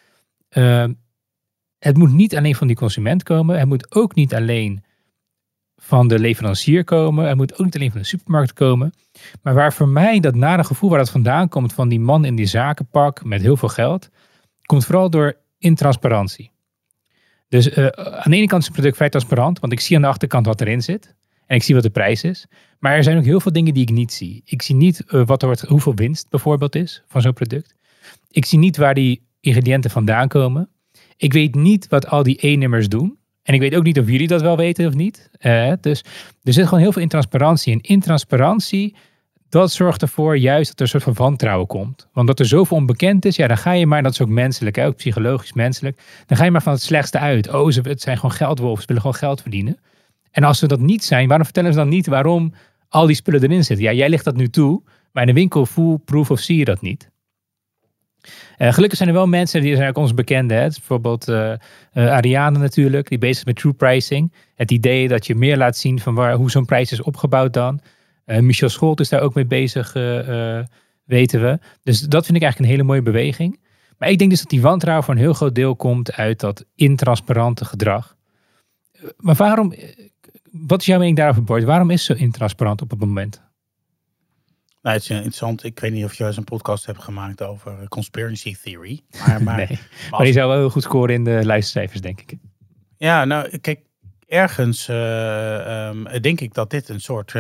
Het moet niet alleen van die consument komen. Het moet ook niet alleen van de leverancier komen. Het moet ook niet alleen van de supermarkt komen. Maar waar voor mij dat nare gevoel waar dat vandaan komt van die man in die zakenpak met heel veel geld, komt vooral door intransparantie. Dus aan de ene kant is het product vrij transparant, want ik zie aan de achterkant wat erin zit. En ik zie wat de prijs is. Maar er zijn ook heel veel dingen die ik niet zie. Ik zie niet hoeveel winst bijvoorbeeld is van zo'n product. Ik zie niet waar die ingrediënten vandaan komen. Ik weet niet wat al die E-nummers doen. En ik weet ook niet of jullie dat wel weten of niet. Dus er zit gewoon heel veel intransparantie. En intransparantie, dat zorgt ervoor juist dat er een soort van wantrouwen komt. Want dat er zoveel onbekend is, ja, dan ga je maar, dat is ook menselijk, ook psychologisch menselijk. Dan ga je maar van het slechtste uit. Het zijn gewoon geldwolven, ze willen gewoon geld verdienen. En als ze dat niet zijn, waarom vertellen ze dan niet waarom al die spullen erin zitten? Ja, jij legt dat nu toe, maar in de winkel foolproof of zie je dat niet. Gelukkig zijn er wel mensen, die zijn ook ons bekende. Hè? Bijvoorbeeld Ariane natuurlijk, die bezig is met true pricing. Het idee dat je meer laat zien van hoe zo'n prijs is opgebouwd dan. Michel Scholt is daar ook mee bezig, weten we. Dus dat vind ik eigenlijk een hele mooie beweging. Maar ik denk dus dat die wantrouwen voor een heel groot deel komt uit dat intransparante gedrag. Maar wat is jouw mening daarover, Bart? Waarom is het zo intransparant op het moment? Nou, het is interessant. Ik weet niet of je eens een podcast hebt gemaakt over conspiracy theory. Maar die zou wel heel goed scoren in de luistercijfers, denk ik. Ja, nou, kijk, ergens denk ik dat dit een soort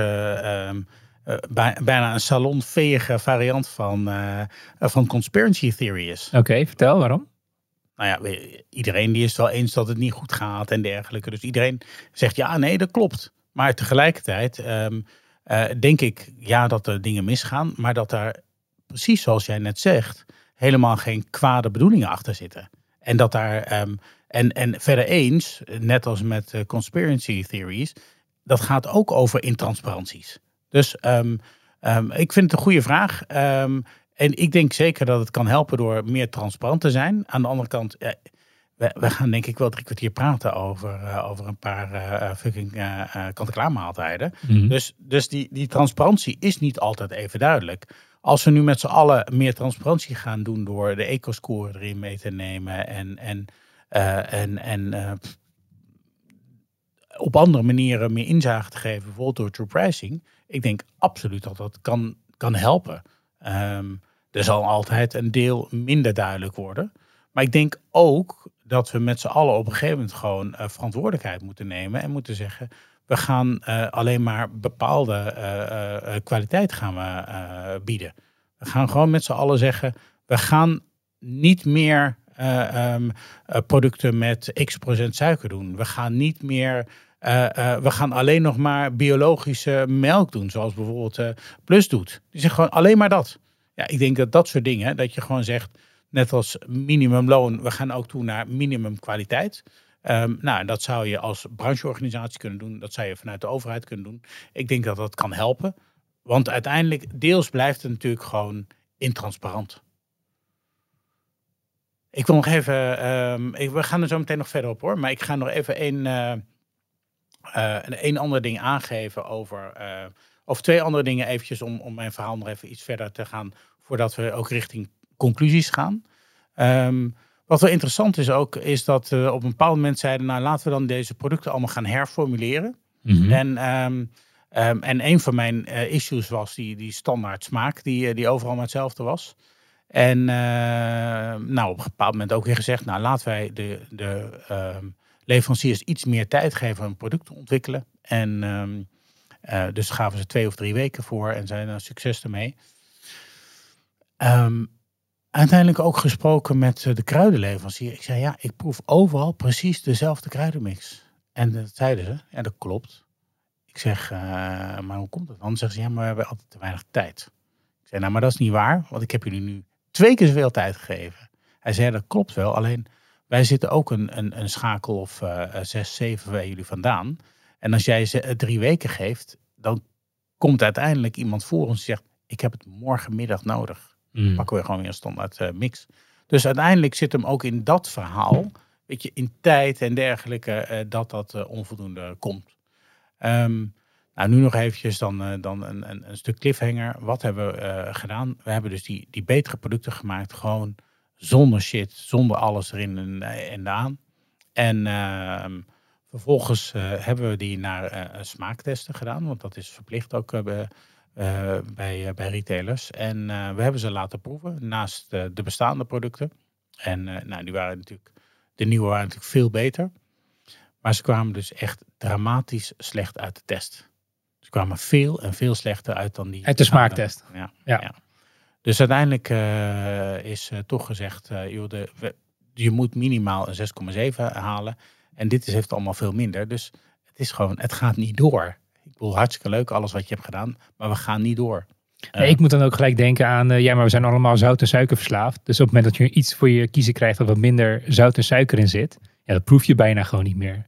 bijna een salonveege variant van conspiracy theory is. Oké, vertel waarom. Nou ja, iedereen die is het wel eens dat het niet goed gaat en dergelijke. Dus iedereen zegt ja, nee, dat klopt. Maar tegelijkertijd denk ik dat er dingen misgaan. Maar dat daar, precies zoals jij net zegt, helemaal geen kwade bedoelingen achter zitten. En dat daar, en verder eens, net als met conspiracy theories, dat gaat ook over intransparanties. Dus ik vind het een goede vraag. En ik denk zeker dat het kan helpen door meer transparant te zijn. Aan de andere kant, we gaan denk ik wel 3 kwartier praten over een paar fucking kant-en-klaar maaltijden. Mm-hmm. Dus die transparantie is niet altijd even duidelijk. Als we nu met z'n allen meer transparantie gaan doen door de eco-score erin mee te nemen en op andere manieren meer inzage te geven, bijvoorbeeld door true pricing. Ik denk absoluut dat dat kan helpen. Er zal altijd een deel minder duidelijk worden. Maar ik denk ook dat we met z'n allen op een gegeven moment gewoon verantwoordelijkheid moeten nemen en moeten zeggen, we gaan alleen maar bepaalde kwaliteit gaan we bieden. We gaan gewoon met z'n allen zeggen, we gaan niet meer producten met x% suiker doen. We gaan niet meer, we gaan alleen nog maar biologische melk doen, zoals bijvoorbeeld Plus doet. Die zegt gewoon alleen maar dat. Ja, ik denk dat soort dingen, dat je gewoon zegt, net als minimumloon, we gaan ook toe naar minimumkwaliteit. Nou, dat zou je als brancheorganisatie kunnen doen. Dat zou je vanuit de overheid kunnen doen. Ik denk dat dat kan helpen. Want uiteindelijk, deels blijft het natuurlijk gewoon intransparant. Ik wil nog even, we gaan er zo meteen nog verder op hoor. Maar ik ga nog even één ander ding aangeven of 2 andere dingen eventjes om mijn verhaal nog even iets verder te gaan, voordat we ook richting conclusies gaan. Wat wel interessant is ook, is dat we op een bepaald moment zeiden, nou laten we dan deze producten allemaal gaan herformuleren. Mm-hmm. En een van mijn issues was die standaard smaak, die overal maar hetzelfde was. En op een bepaald moment ook weer gezegd, laten wij de leveranciers iets meer tijd geven om een product te ontwikkelen. En dus gaven ze 2 of 3 weken voor en zijn er succes ermee. Uiteindelijk ook gesproken met de kruidenleverancier. Ik zei, ik proef overal precies dezelfde kruidenmix. En dat zeiden ze, ja, dat klopt. Ik zeg, maar hoe komt het dan? Dan zeggen ze, maar we hebben altijd te weinig tijd. Ik zei, maar dat is niet waar, want ik heb jullie nu 2 keer zoveel tijd gegeven. Hij zei, dat klopt wel, alleen wij zitten ook een schakel of 6, 7 bij jullie vandaan. En als jij ze 3 weken geeft, dan komt uiteindelijk iemand voor ons die zegt, ik heb het morgenmiddag nodig. Dan pakken we gewoon weer een standaard mix. Dus uiteindelijk zit hem ook in dat verhaal, weet je, in tijd en dergelijke, dat onvoldoende komt. Nu nog eventjes dan een stuk cliffhanger. Wat hebben we gedaan? We hebben dus die betere producten gemaakt, gewoon zonder shit, zonder alles erin en aan. En vervolgens hebben we die naar smaaktesten gedaan, want dat is verplicht ook bij retailers. En we hebben ze laten proeven naast de bestaande producten. En die waren natuurlijk, de nieuwe waren natuurlijk veel beter. Maar ze kwamen dus echt dramatisch slecht uit de test. Ze kwamen veel en veel slechter uit dan die. Uit de smaaktest. Ja. Dus uiteindelijk is toch gezegd, je moet minimaal een 6,7 halen. En dit heeft allemaal veel minder. Dus het gaat niet door. Ik bedoel, hartstikke leuk alles wat je hebt gedaan, maar we gaan niet door. Ik moet dan ook gelijk denken aan, maar we zijn allemaal zout en suiker verslaafd. Dus op het moment dat je iets voor je kiezen krijgt dat wat minder zout en suiker in zit, dat proef je bijna gewoon niet meer.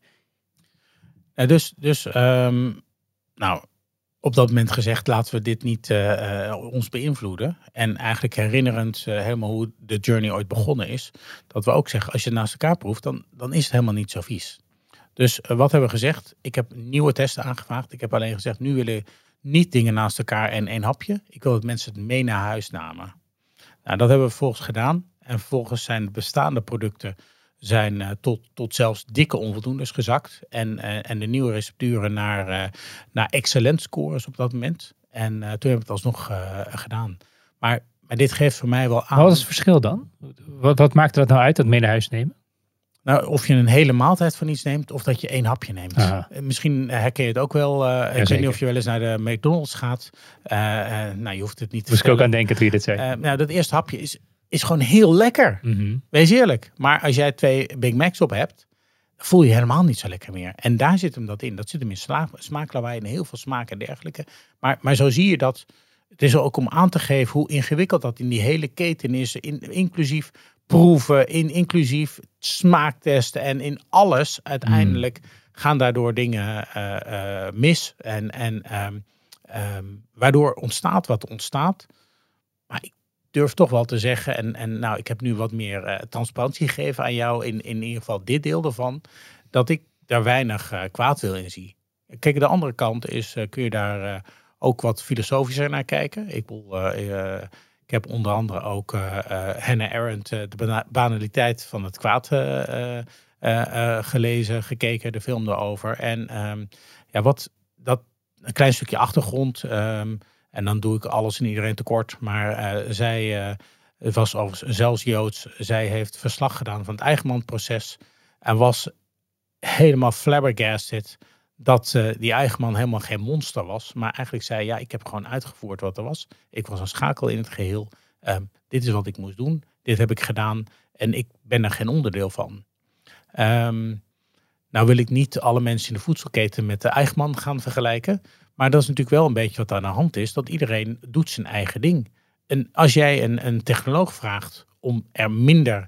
Op dat moment gezegd, laten we dit niet ons beïnvloeden. En eigenlijk herinnerend helemaal hoe de journey ooit begonnen is, dat we ook zeggen, als je het naast elkaar proeft, dan is het helemaal niet zo vies. Dus wat hebben we gezegd? Ik heb nieuwe testen aangevraagd. Ik heb alleen gezegd, nu willen we niet dingen naast elkaar en 1 hapje. Ik wil dat mensen het mee naar huis namen. Dat hebben we vervolgens gedaan. En vervolgens zijn de bestaande producten tot zelfs dikke onvoldoendes gezakt. En de nieuwe recepturen naar excellent scores op dat moment. En toen hebben we het alsnog gedaan. Maar dit geeft voor mij wel aan. Wat is het verschil dan? Wat maakt dat nou uit, dat mee naar huis nemen? Of je een hele maaltijd van iets neemt of dat je 1 hapje neemt. Aha. Misschien herken je het ook wel. Ik weet niet of je wel eens naar de McDonald's gaat. Je hoeft het niet te Moest ik ook aan denken toen je dit zei. Dat eerste hapje is gewoon heel lekker. Mm-hmm. Wees eerlijk. Maar als jij 2 Big Macs op hebt, voel je helemaal niet zo lekker meer. En daar zit hem dat in. Dat zit hem in smaaklawaai en heel veel smaak en dergelijke. Maar zo zie je dat. Het is ook om aan te geven hoe ingewikkeld dat in die hele keten is. Inclusief proeven, inclusief smaaktesten en in alles uiteindelijk gaan daardoor dingen mis. En waardoor ontstaat wat ontstaat. Maar ik durf toch wel te zeggen, en ik heb nu wat meer transparantie gegeven aan jou in ieder geval dit deel ervan, dat ik daar weinig kwaad wil in zie. Kijk, de andere kant is, kun je daar ook wat filosofischer naar kijken. Ik heb onder andere ook Hannah Arendt, de banaliteit van het kwaad gelezen, gekeken, de film erover. En een klein stukje achtergrond. En dan doe ik alles en iedereen tekort. Maar zij was overigens zelfs Joods. Zij heeft verslag gedaan van het Eichmann-proces. En was helemaal flabbergasted dat die Eichmann helemaal geen monster was. Maar eigenlijk zei, ik heb gewoon uitgevoerd wat er was. Ik was een schakel in het geheel. Dit is wat ik moest doen. Dit heb ik gedaan. En ik ben er geen onderdeel van. Nou wil ik niet alle mensen in de voedselketen met de Eichmann gaan vergelijken. Maar dat is natuurlijk wel een beetje wat aan de hand is. Dat iedereen doet zijn eigen ding. En als jij een technoloog vraagt om er minder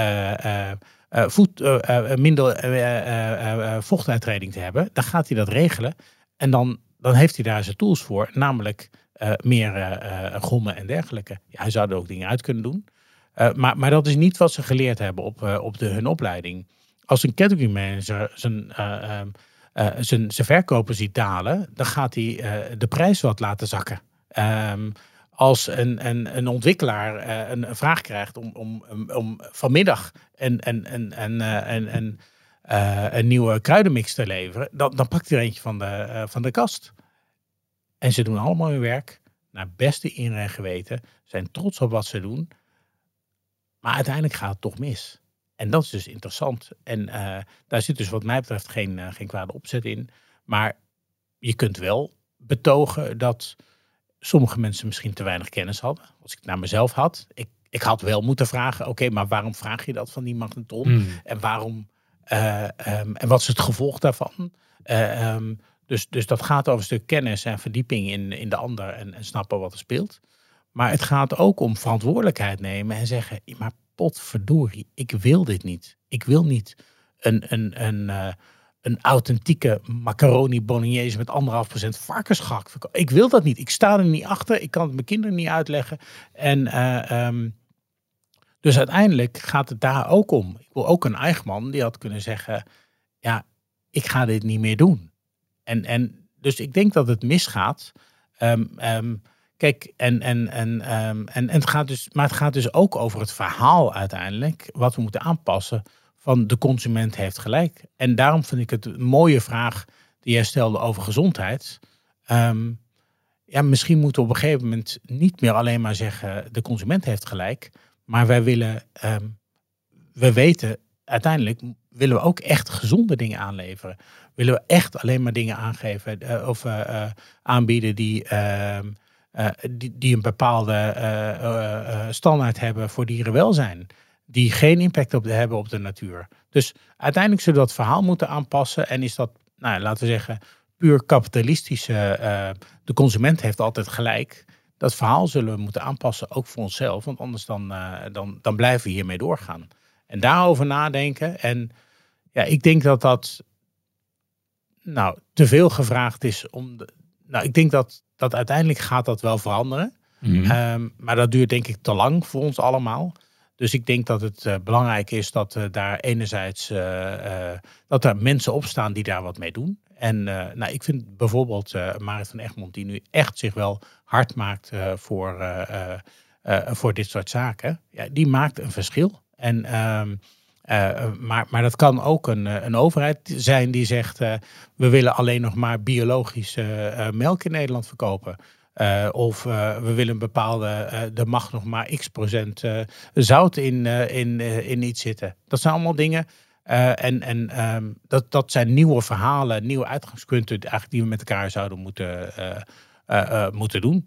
vochtuitreding te hebben, dan gaat hij dat regelen. En dan heeft hij daar zijn tools voor. Namelijk meer gommen en dergelijke. Ja, hij zou er ook dingen uit kunnen doen. Maar dat is niet wat ze geleerd hebben op hun opleiding. Als een category manager zijn verkopen ziet dalen, dan gaat hij de prijs wat laten zakken. Als een ontwikkelaar een vraag krijgt om vanmiddag een nieuwe kruidenmix te leveren, dan pakt hij er eentje van de kast. En ze doen allemaal hun werk naar beste eer en geweten. Zijn trots op wat ze doen. Maar uiteindelijk gaat het toch mis. En dat is dus interessant. En daar zit dus wat mij betreft geen kwade opzet in. Maar je kunt wel betogen dat sommige mensen misschien te weinig kennis hadden. Als ik het naar mezelf had. Ik had wel moeten vragen. Oké, maar waarom vraag je dat van die magnetron? En waarom? En wat is het gevolg daarvan? Dus dat gaat over een stuk kennis en verdieping in de ander. En snappen wat er speelt. Maar het gaat ook om verantwoordelijkheid nemen. En zeggen, maar potverdorie, ik wil dit niet. Ik wil niet een authentieke macaroni bolognese met 1,5% varkensgehakt. Ik wil dat niet. Ik sta er niet achter. Ik kan het mijn kinderen niet uitleggen. En dus uiteindelijk gaat het daar ook om. Ik wil ook een Eichmann die had kunnen zeggen, ja, ik ga dit niet meer doen. En dus ik denk dat het misgaat. Kijk, en het gaat dus, maar het gaat dus ook over het verhaal uiteindelijk, wat we moeten aanpassen van de consument heeft gelijk. En daarom vind ik het een mooie vraag die jij stelde over gezondheid. Misschien moeten we op een gegeven moment niet meer alleen maar zeggen de consument heeft gelijk, maar we weten uiteindelijk willen we ook echt gezonde dingen aanleveren. Willen we echt alleen maar dingen aangeven of aanbieden die een bepaalde standaard hebben voor dierenwelzijn. Die geen impact hebben op de natuur. Dus uiteindelijk zullen we dat verhaal moeten aanpassen. En is dat, laten we zeggen, puur kapitalistische. De consument heeft altijd gelijk. Dat verhaal zullen we moeten aanpassen, ook voor onszelf. Want anders dan blijven we hiermee doorgaan. En daarover nadenken. En ja, ik denk dat te veel gevraagd is ik denk dat uiteindelijk gaat dat wel veranderen. Maar dat duurt denk ik te lang voor ons allemaal. Dus ik denk dat het belangrijk is dat daar enerzijds dat er mensen opstaan die daar wat mee doen. En ik vind bijvoorbeeld Marit van Egmond, die nu echt zich wel hard maakt voor dit soort zaken. Ja, die maakt een verschil. En maar dat kan ook een overheid zijn die zegt, we willen alleen nog maar biologische melk in Nederland verkopen. Of we willen een bepaalde, er mag nog maar x% zout in iets zitten. Dat zijn allemaal dingen. Dat zijn nieuwe verhalen, nieuwe uitgangspunten eigenlijk die we met elkaar zouden moeten doen.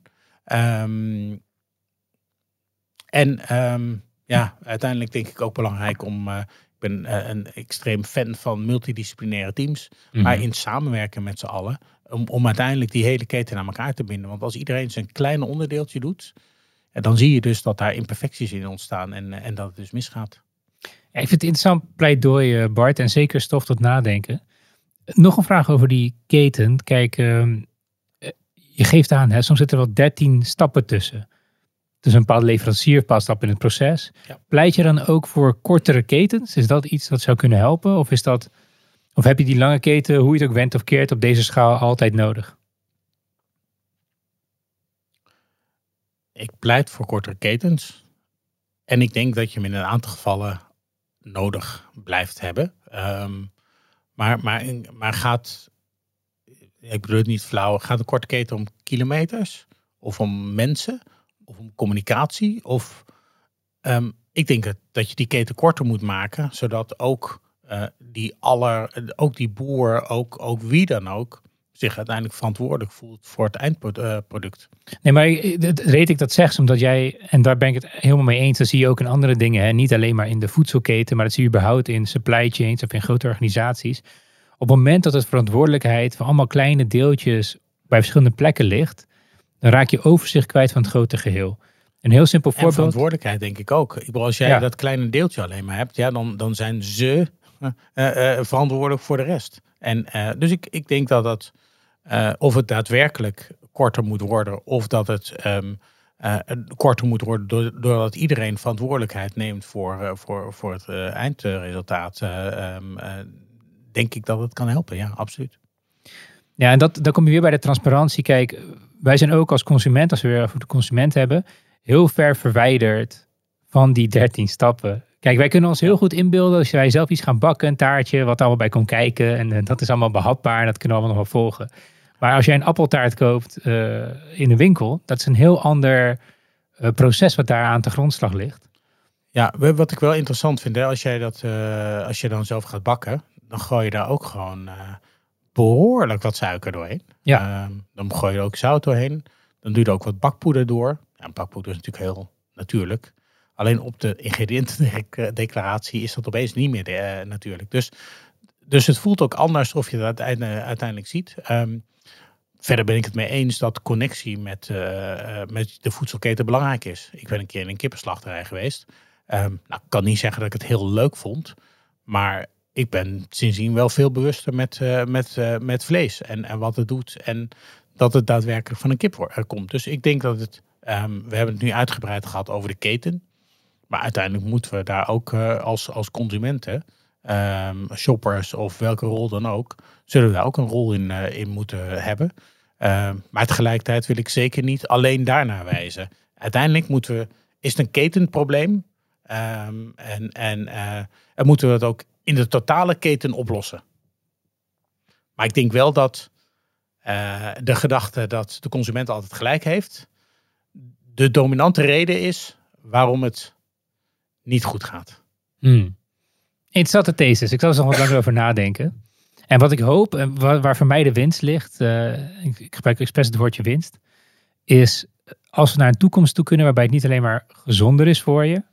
Uiteindelijk denk ik ook belangrijk om. Ik ben een extreem fan van multidisciplinaire teams. Maar in samenwerken met z'n allen. Om uiteindelijk die hele keten aan elkaar te binden. Want als iedereen zijn kleine onderdeeltje doet. Dan zie je dus dat daar imperfecties in ontstaan. En dat het dus misgaat. Ja, ik vind het interessant pleidooi, Bart. En zeker stof tot nadenken. Nog een vraag over die keten. Kijk, je geeft aan. Soms zitten er wel 13 stappen tussen. Dus een bepaalde leverancier, een bepaalde stap in het proces. Ja. Pleit je dan ook voor kortere ketens? Is dat iets dat zou kunnen helpen? Of heb je die lange keten, hoe je het ook wendt of keert, op deze schaal altijd nodig? Ik pleit voor kortere ketens. En ik denk dat je hem in een aantal gevallen nodig blijft hebben. Maar gaat, ik bedoel het niet flauw, gaat een korte keten om kilometers? Of om mensen? Of om communicatie? Of ik denk dat je die keten korter moet maken, zodat ook die boer, ook wie dan ook, zich uiteindelijk verantwoordelijk voelt voor het eindproduct. Nee, maar weet ik dat zegt, omdat jij, en daar ben ik het helemaal mee eens, dat zie je ook in andere dingen, hè? Niet alleen maar in de voedselketen, maar dat zie je überhaupt in supply chains of in grote organisaties. Op het moment dat het verantwoordelijkheid van allemaal kleine deeltjes bij verschillende plekken ligt, dan raak je overzicht kwijt van het grote geheel. Een heel simpel voorbeeld. En verantwoordelijkheid denk ik ook. Ik bedoel, als jij dat kleine deeltje alleen maar hebt, dan zijn ze verantwoordelijk voor de rest. En dus ik denk dat of het daadwerkelijk korter moet worden, of dat het korter moet worden doordat iedereen verantwoordelijkheid neemt voor het eindresultaat. Denk ik dat het kan helpen. Ja, absoluut. Ja, en dan kom je weer bij de transparantie. Kijk, wij zijn ook als consument, als we weer over de consument hebben, heel ver verwijderd van die 13 stappen. Kijk, wij kunnen ons heel goed inbeelden als wij zelf iets gaan bakken, een taartje, wat allemaal bij komt kijken. En dat is allemaal behapbaar en dat kunnen we allemaal nog wel volgen. Maar als jij een appeltaart koopt in de winkel, dat is een heel ander proces wat daar aan de grondslag ligt. Ja, wat ik wel interessant vind, hè, als je dan zelf gaat bakken, dan gooi je daar ook gewoon behoorlijk wat suiker doorheen. Ja. Dan gooi je er ook zout doorheen. Dan doe je er ook wat bakpoeder door. Ja, bakpoeder is natuurlijk heel natuurlijk. Alleen op de ingrediëntendeclaratie is dat opeens niet meer natuurlijk. Dus het voelt ook anders of je dat uiteindelijk ziet. Verder ben ik het mee eens dat de connectie met de voedselketen belangrijk is. Ik ben een keer in een kippenslachterij geweest. Ik kan niet zeggen dat ik het heel leuk vond. Maar ik ben sindsdien wel veel bewuster met vlees. En wat het doet. En dat het daadwerkelijk van een kip komt. Dus ik denk dat het... we hebben het nu uitgebreid gehad over de keten. Maar uiteindelijk moeten we daar ook als consumenten... shoppers of welke rol dan ook... zullen we daar ook een rol in moeten hebben. Maar tegelijkertijd wil ik zeker niet alleen daarnaar wijzen. Uiteindelijk is het een ketenprobleem. En moeten we het ook in de totale keten oplossen. Maar ik denk wel dat de gedachte dat de consument altijd gelijk heeft... de dominante reden is waarom het niet goed gaat. Interessante thesis. Ik zal er nog wat langer over nadenken. En wat ik hoop, en waar voor mij de winst ligt... ik gebruik expres het woordje winst... is als we naar een toekomst toe kunnen... waarbij het niet alleen maar gezonder is voor je...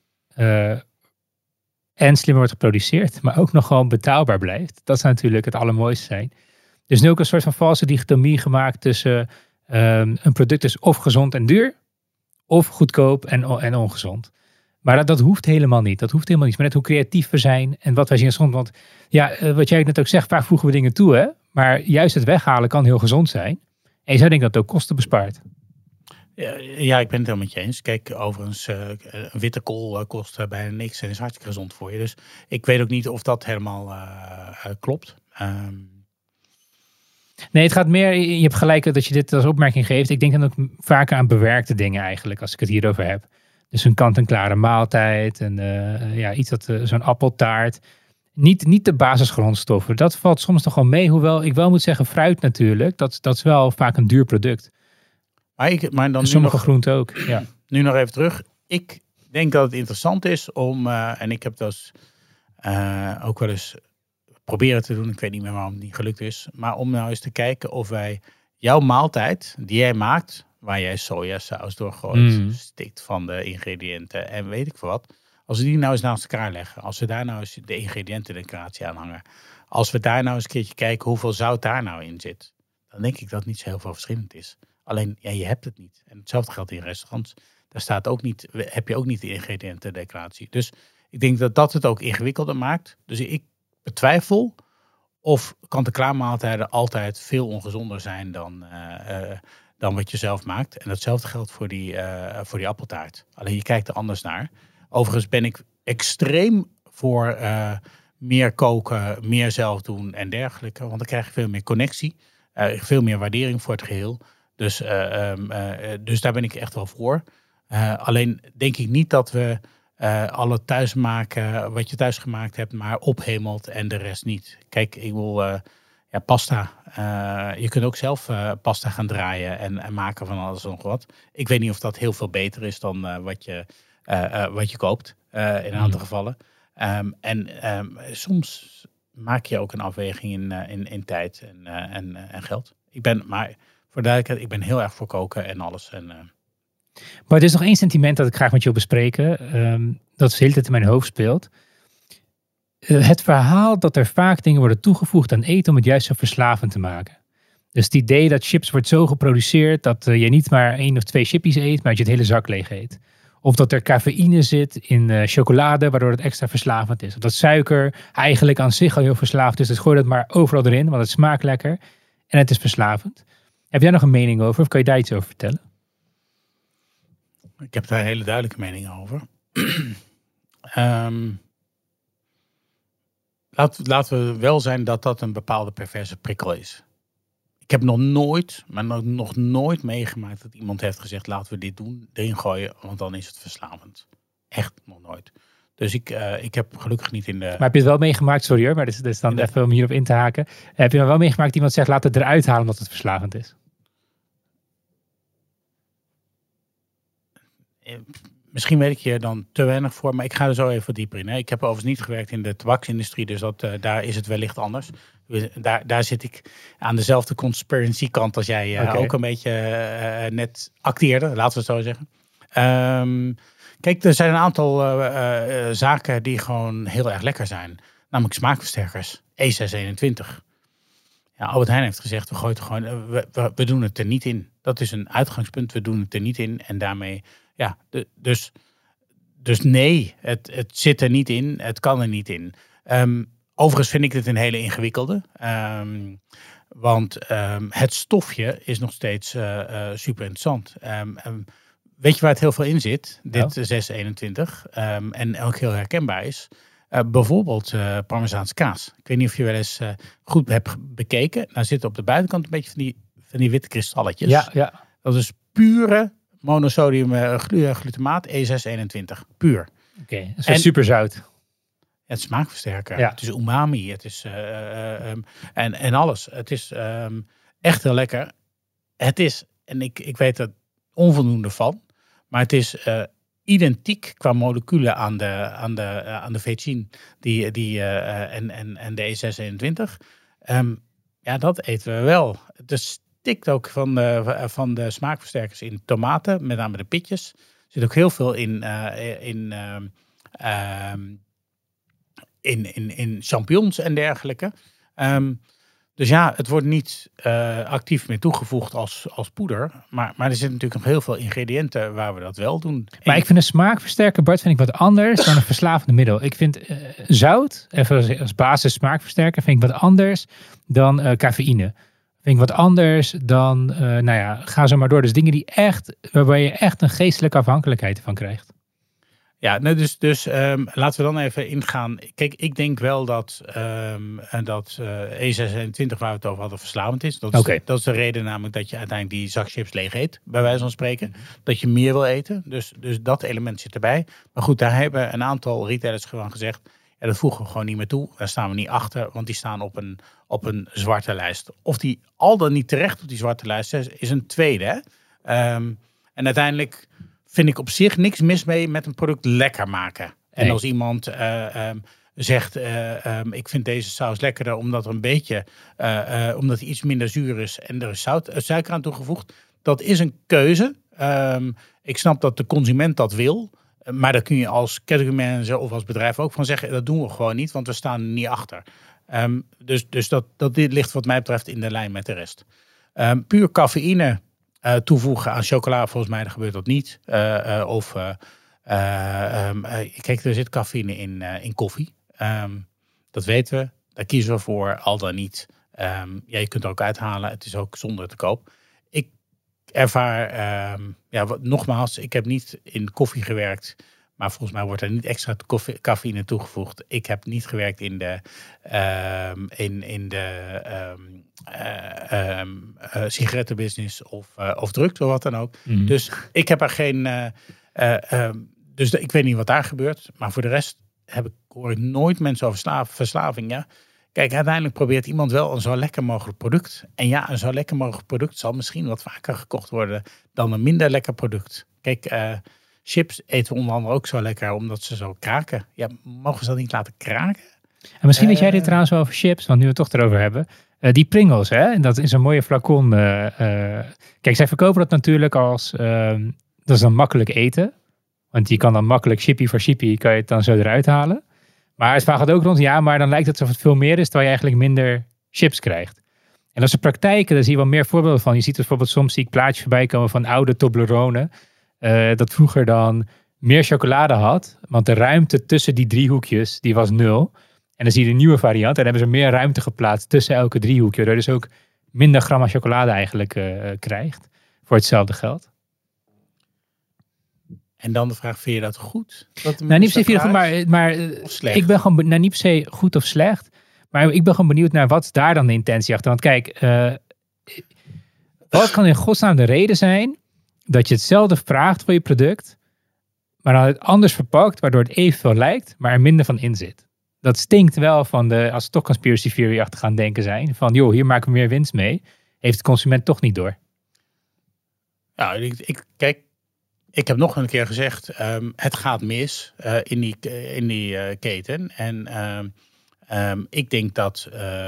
en slimmer wordt geproduceerd... maar ook nog gewoon betaalbaar blijft. Dat zou natuurlijk het allermooiste zijn. Dus nu ook een soort van valse dichotomie gemaakt... tussen een product is of gezond en duur... of goedkoop en ongezond. Maar dat hoeft helemaal niet. Dat hoeft helemaal niet. Maar net hoe creatief we zijn en wat wij zien als gezond. Want ja, wat jij net ook zegt, vaak voegen we dingen toe. Hè? Maar juist het weghalen kan heel gezond zijn. En je zou denken dat het ook kosten bespaart. Ja, ik ben het helemaal met je eens. Kijk, overigens, een witte kool kost bijna niks en is hartstikke gezond voor je. Dus ik weet ook niet of dat helemaal klopt. Nee, het gaat meer, je hebt gelijk dat je dit als opmerking geeft. Ik denk dan ook vaker aan bewerkte dingen eigenlijk, als ik het hierover heb. Dus een kant-en-klare maaltijd en iets zo'n appeltaart. Niet de basisgrondstoffen. Dat valt soms nog wel mee. Hoewel ik wel moet zeggen, fruit natuurlijk. Dat is wel vaak een duur product. Maar dan sommige groenten ook. Ja. Nu nog even terug. Ik denk dat het interessant is om, en ik heb dat ook wel eens proberen te doen. Ik weet niet meer waarom het niet gelukt is. Maar om nou eens te kijken of wij jouw maaltijd die jij maakt, waar jij sojasaus doorgooit, stikt van de ingrediënten en weet ik veel wat. Als we die nou eens naast elkaar leggen. Als we daar nou eens de ingrediëntendeclaratie aan hangen. Als we daar nou eens een keertje kijken hoeveel zout daar nou in zit. Dan denk ik dat het niet zo heel veel verschillend is. Alleen, ja, je hebt het niet. En hetzelfde geldt in restaurants. Daar staat ook niet, heb je ook niet de ingrediëntendeclaratie. Dus ik denk dat dat het ook ingewikkelder maakt. Dus ik betwijfel of kant-en-klaar maaltijden altijd veel ongezonder zijn dan wat je zelf maakt. En datzelfde geldt voor die appeltaart. Alleen je kijkt er anders naar. Overigens ben ik extreem voor meer koken, meer zelf doen en dergelijke. Want dan krijg je veel meer connectie. Veel meer waardering voor het geheel. Dus daar ben ik echt wel voor. Alleen denk ik niet dat we alle thuis maken wat je thuis gemaakt hebt, maar ophemelt en de rest niet. Kijk, ik wil pasta. Je kunt ook zelf pasta gaan draaien en maken van alles en nog wat. Ik weet niet of dat heel veel beter is dan wat je koopt in een aantal gevallen. Soms maak je ook een afweging in tijd en geld. Maar voor duidelijkheid, ik ben heel erg voor koken en alles. Maar er is nog één sentiment dat ik graag met je wil bespreken. Dat de hele tijd in mijn hoofd speelt. Het verhaal dat er vaak dingen worden toegevoegd aan eten om het juist zo verslavend te maken. Dus het idee dat chips wordt zo geproduceerd dat je niet maar 1 of 2 chippies eet, maar dat je het hele zak leeg eet. Of dat er cafeïne zit in chocolade, waardoor het extra verslavend is. Of dat suiker eigenlijk aan zich al heel verslaafd is. Dus gooi dat maar overal erin, want het smaakt lekker. En het is verslavend. Heb jij nog een mening over of kan je daar iets over vertellen? Ik heb daar een hele duidelijke mening over. Laten we wel zijn dat dat een bepaalde perverse prikkel is. Ik heb nog nooit meegemaakt dat iemand heeft gezegd, laten we dit doen, erin gooien, want dan is het verslavend. Echt nog nooit. Dus ik heb gelukkig niet in de... Maar heb je het wel meegemaakt, sorry hoor, maar dit is dan even om hierop in te haken. Heb je dan wel meegemaakt dat iemand zegt, laat het eruit halen omdat het verslavend is? Misschien weet ik je dan te weinig voor, maar ik ga er zo even dieper in. Hè. Ik heb overigens niet gewerkt in de tabaksindustrie, dus daar is het wellicht anders. Daar zit ik aan dezelfde conspiracy kant als jij ook een beetje net acteerde, laten we het zo zeggen. Kijk, er zijn een aantal zaken die gewoon heel erg lekker zijn. Namelijk smaakversterkers, E621. Ja, Albert Heijn heeft gezegd, we gooien het gewoon, we doen het er niet in. Dat is een uitgangspunt, we doen het er niet in. En daarmee, ja, dus nee, het zit er niet in, het kan er niet in. Overigens vind ik dit een hele ingewikkelde. Want het stofje is nog steeds super interessant. Weet je waar het heel veel in zit? Dit 621. En ook heel herkenbaar is. Bijvoorbeeld Parmezaanse kaas. Ik weet niet of je wel eens goed hebt bekeken. Nou zitten op de buitenkant een beetje van die witte kristalletjes. Ja. Dat is pure monosodium glutamaat E621. Puur. Oké, dat is super zout. Het smaakversterker. Ja. Het is umami. Het is en alles. Het is echt heel lekker. Het is, en ik weet er onvoldoende van, maar het is identiek qua moleculen aan de vetchin en de E621. Ja, dat eten we wel. Het stikt ook van de smaakversterkers in tomaten, met name de pitjes. Er zit ook heel veel in champignons en dergelijke. Dus ja, het wordt niet actief meer toegevoegd als poeder. Maar er zitten natuurlijk nog heel veel ingrediënten waar we dat wel doen. Maar ik vind een smaakversterker, Bart, vind ik wat anders dan een verslavende middel. Ik vind zout, even als basis smaakversterker, vind ik wat anders dan cafeïne. Vind ik wat anders dan, ga zo maar door. Dus dingen waarbij je echt een geestelijke afhankelijkheid van krijgt. Ja, dus laten we dan even ingaan. Kijk, ik denk wel dat E621 waar we het over hadden verslavend is. Dat is de reden namelijk dat je uiteindelijk die zak chips leeg eet, bij wijze van spreken. Dat je meer wil eten. Dus dat element zit erbij. Maar goed, daar hebben een aantal retailers gewoon gezegd, ja, dat voegen we gewoon niet meer toe. Daar staan we niet achter, want die staan op een zwarte lijst. Of die al dan niet terecht op die zwarte lijst is een tweede. Hè? En uiteindelijk vind ik op zich niks mis mee met een product lekker maken. En als iemand zegt, ik vind deze saus lekkerder omdat er een beetje, omdat hij iets minder zuur is en er is suiker aan toegevoegd. Dat is een keuze. Ik snap dat de consument dat wil. Maar daar kun je als category manager of als bedrijf ook van zeggen, dat doen we gewoon niet, want we staan er niet achter. Dus dit ligt wat mij betreft in de lijn met de rest. Puur cafeïne toevoegen aan chocola, volgens mij gebeurt dat niet. Kijk, er zit cafeïne in koffie. Dat weten we. Daar kiezen we voor, al dan niet. Je kunt het ook uithalen. Het is ook zonder te koop. Ik ervaar, nogmaals, ik heb niet in koffie gewerkt. Maar volgens mij wordt er niet extra cafeïne toegevoegd. Ik heb niet gewerkt in de sigarettenbusiness of drugs of wat dan ook. Mm. Dus ik heb er geen... dus ik weet niet wat daar gebeurt. Maar voor de rest hoor ik nooit mensen over verslaving. Ja. Kijk, uiteindelijk probeert iemand wel een zo lekker mogelijk product. En ja, een zo lekker mogelijk product zal misschien wat vaker gekocht worden dan een minder lekker product. Kijk, chips eten we onder andere ook zo lekker omdat ze zo kraken. Ja, mogen ze dat niet laten kraken? En misschien weet jij dit trouwens wel over chips, want nu we het toch erover hebben. Die Pringles, hè? Dat is een mooie flacon. Kijk, zij verkopen dat natuurlijk als... dat is dan makkelijk eten. Want je kan dan makkelijk chippy voor chippy, kan je het dan zo eruit halen. Maar het gaat ook rond, ja, maar dan lijkt het alsof het veel meer is, terwijl je eigenlijk minder chips krijgt. En dat is de praktijken, daar zie je wel meer voorbeelden van. Je ziet dus bijvoorbeeld soms zie ik plaatjes voorbij komen van oude Toblerone. Dat vroeger dan meer chocolade had. Want de ruimte tussen die driehoekjes, die was 0. En dan zie je de nieuwe variant. En dan hebben ze meer ruimte geplaatst tussen elke driehoekje. Waardoor je dus ook minder gram chocolade eigenlijk krijgt. Voor hetzelfde geld. En dan de vraag, vind je dat goed? Nou, niet per se goed, maar ik ben gewoon niet per se goed of slecht. Maar ik ben gewoon benieuwd naar wat is daar dan de intentie achter. Want kijk, wat kan in godsnaam de reden zijn dat je hetzelfde vraagt voor je product, maar dan het anders verpakt, waardoor het evenveel lijkt, maar er minder van in zit. Dat stinkt wel van als we toch conspiracy theory achter gaan denken zijn. Van joh, hier maken we meer winst mee. Heeft de consument toch niet door. Ja, kijk, ik heb nog een keer gezegd, het gaat mis in die keten. En ik denk dat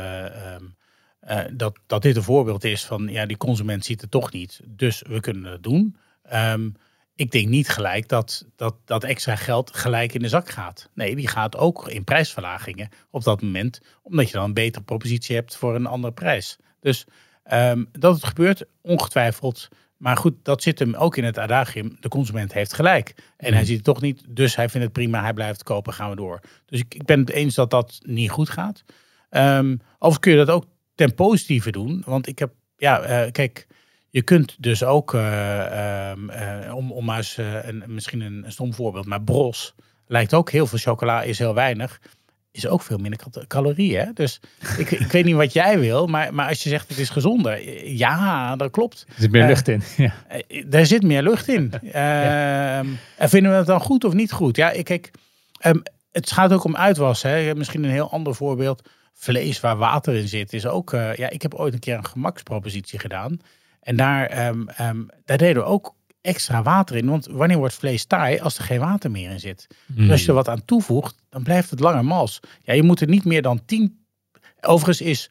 dit een voorbeeld is van, ja, die consument ziet het toch niet. Dus we kunnen het doen. Ik denk niet gelijk dat extra geld gelijk in de zak gaat. Nee, die gaat ook in prijsverlagingen op dat moment. Omdat je dan een betere propositie hebt voor een andere prijs. Dus dat het gebeurt, ongetwijfeld. Maar goed, dat zit hem ook in het adagium. De consument heeft gelijk. En hij ziet het toch niet, dus hij vindt het prima. Hij blijft kopen, gaan we door. Dus ik ben het eens dat dat niet goed gaat. Overigens kun je dat ook ten positieve doen. Want ik heb, kijk, je kunt dus ook, om maar eens misschien een stom voorbeeld, maar Bros lijkt ook heel veel chocola, is heel weinig. Is ook veel minder calorieën. Hè? Dus ik weet niet wat jij wil, maar als je zegt het is gezonder, ja, dat klopt. Er zit meer lucht in. Ja. Daar zit meer lucht in. En vinden we het dan goed of niet goed? Ja, kijk, het gaat ook om uitwassen. Hè? Misschien een heel ander voorbeeld. Vlees waar water in zit is ook. Ik heb ooit een keer een gemakspropositie gedaan. En daar deden we ook extra water in. Want wanneer wordt vlees taai? Als er geen water meer in zit. Dus als je er wat aan toevoegt, dan blijft het langer mals. Ja, je moet er niet meer dan 10... Overigens is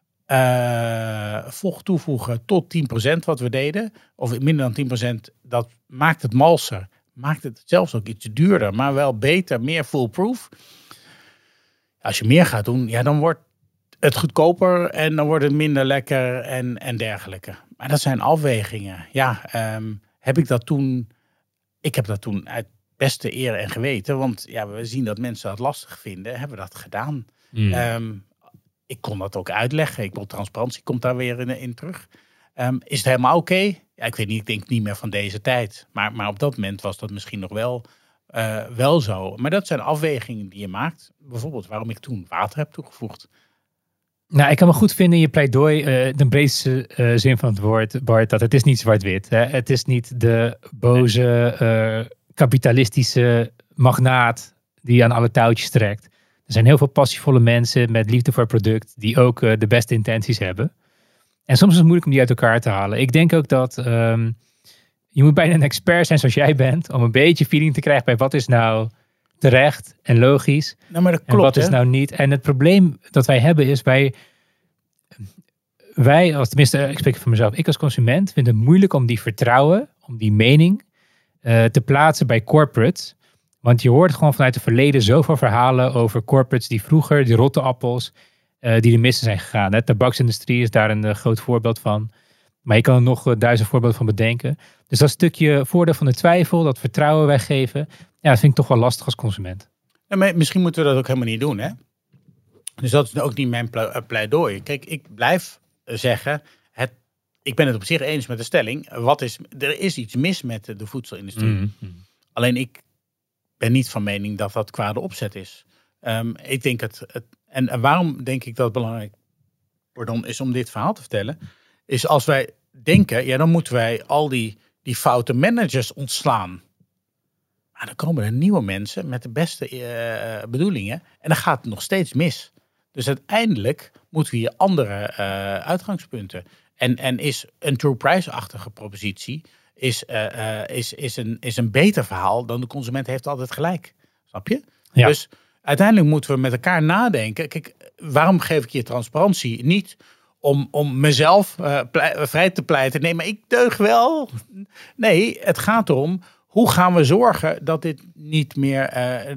vocht toevoegen tot 10% wat we deden. Of minder dan 10%. Dat maakt het malser. Maakt het zelfs ook iets duurder. Maar wel beter, meer foolproof. Als je meer gaat doen, ja, dan wordt het goedkoper. En dan wordt het minder lekker en dergelijke. Maar dat zijn afwegingen. Ja, heb ik dat toen... Ik heb dat toen uit beste eer en geweten. Want ja, we zien dat mensen dat lastig vinden. Hebben we dat gedaan. Ik kon dat ook uitleggen. Ik bedoel, transparantie komt daar weer in terug. Is het helemaal oké? Ja, ik weet niet. Ik denk niet meer van deze tijd. Maar op dat moment was dat misschien nog wel zo. Maar dat zijn afwegingen die je maakt. Bijvoorbeeld waarom ik toen water heb toegevoegd. Nou, ik kan me goed vinden in je pleidooi, de breedste zin van het woord, Bart, dat het is niet zwart-wit. Hè? Het is niet de boze kapitalistische magnaat die aan alle touwtjes trekt. Er zijn heel veel passievolle mensen met liefde voor het product die ook de beste intenties hebben. En soms is het moeilijk om die uit elkaar te halen. Ik denk ook dat je moet bijna een expert zijn zoals jij bent om een beetje feeling te krijgen bij wat is nou terecht en logisch. Nou, maar dat klopt, en wat is nou niet. En het probleem dat wij hebben is wij als, tenminste, ik spreek voor mezelf, ik als consument vind het moeilijk om die vertrouwen, om die mening te plaatsen bij corporates. Want je hoort gewoon vanuit het verleden zoveel verhalen over corporates die vroeger, die rotte appels, die de missen zijn gegaan. De tabaksindustrie is daar een groot voorbeeld van. Maar je kan er nog 1000 voorbeelden van bedenken. Dus dat stukje voordeel van de twijfel, dat vertrouwen weggeven, ja, dat vind ik toch wel lastig als consument. Ja, maar misschien moeten we dat ook helemaal niet doen, hè? Dus dat is ook niet mijn pleidooi. Kijk, ik blijf zeggen, ik ben het op zich eens met de stelling. Er is iets mis met de voedselindustrie. Alleen ik ben niet van mening dat dat kwade opzet is. Ik denk en waarom denk ik dat het belangrijk is om dit verhaal te vertellen, is als wij denken, ja, dan moeten wij al die foute managers ontslaan. Maar dan komen er nieuwe mensen met de beste bedoelingen en dan gaat het nog steeds mis. Dus uiteindelijk moeten we hier andere uitgangspunten. En is een true price-achtige propositie is een beter verhaal dan de consument heeft altijd gelijk. Snap je? Ja. Dus uiteindelijk moeten we met elkaar nadenken. Kijk, waarom geef ik je transparantie? Niet om mezelf vrij te pleiten. Nee, maar ik deug wel. Nee, het gaat erom, hoe gaan we zorgen dat dit niet meer,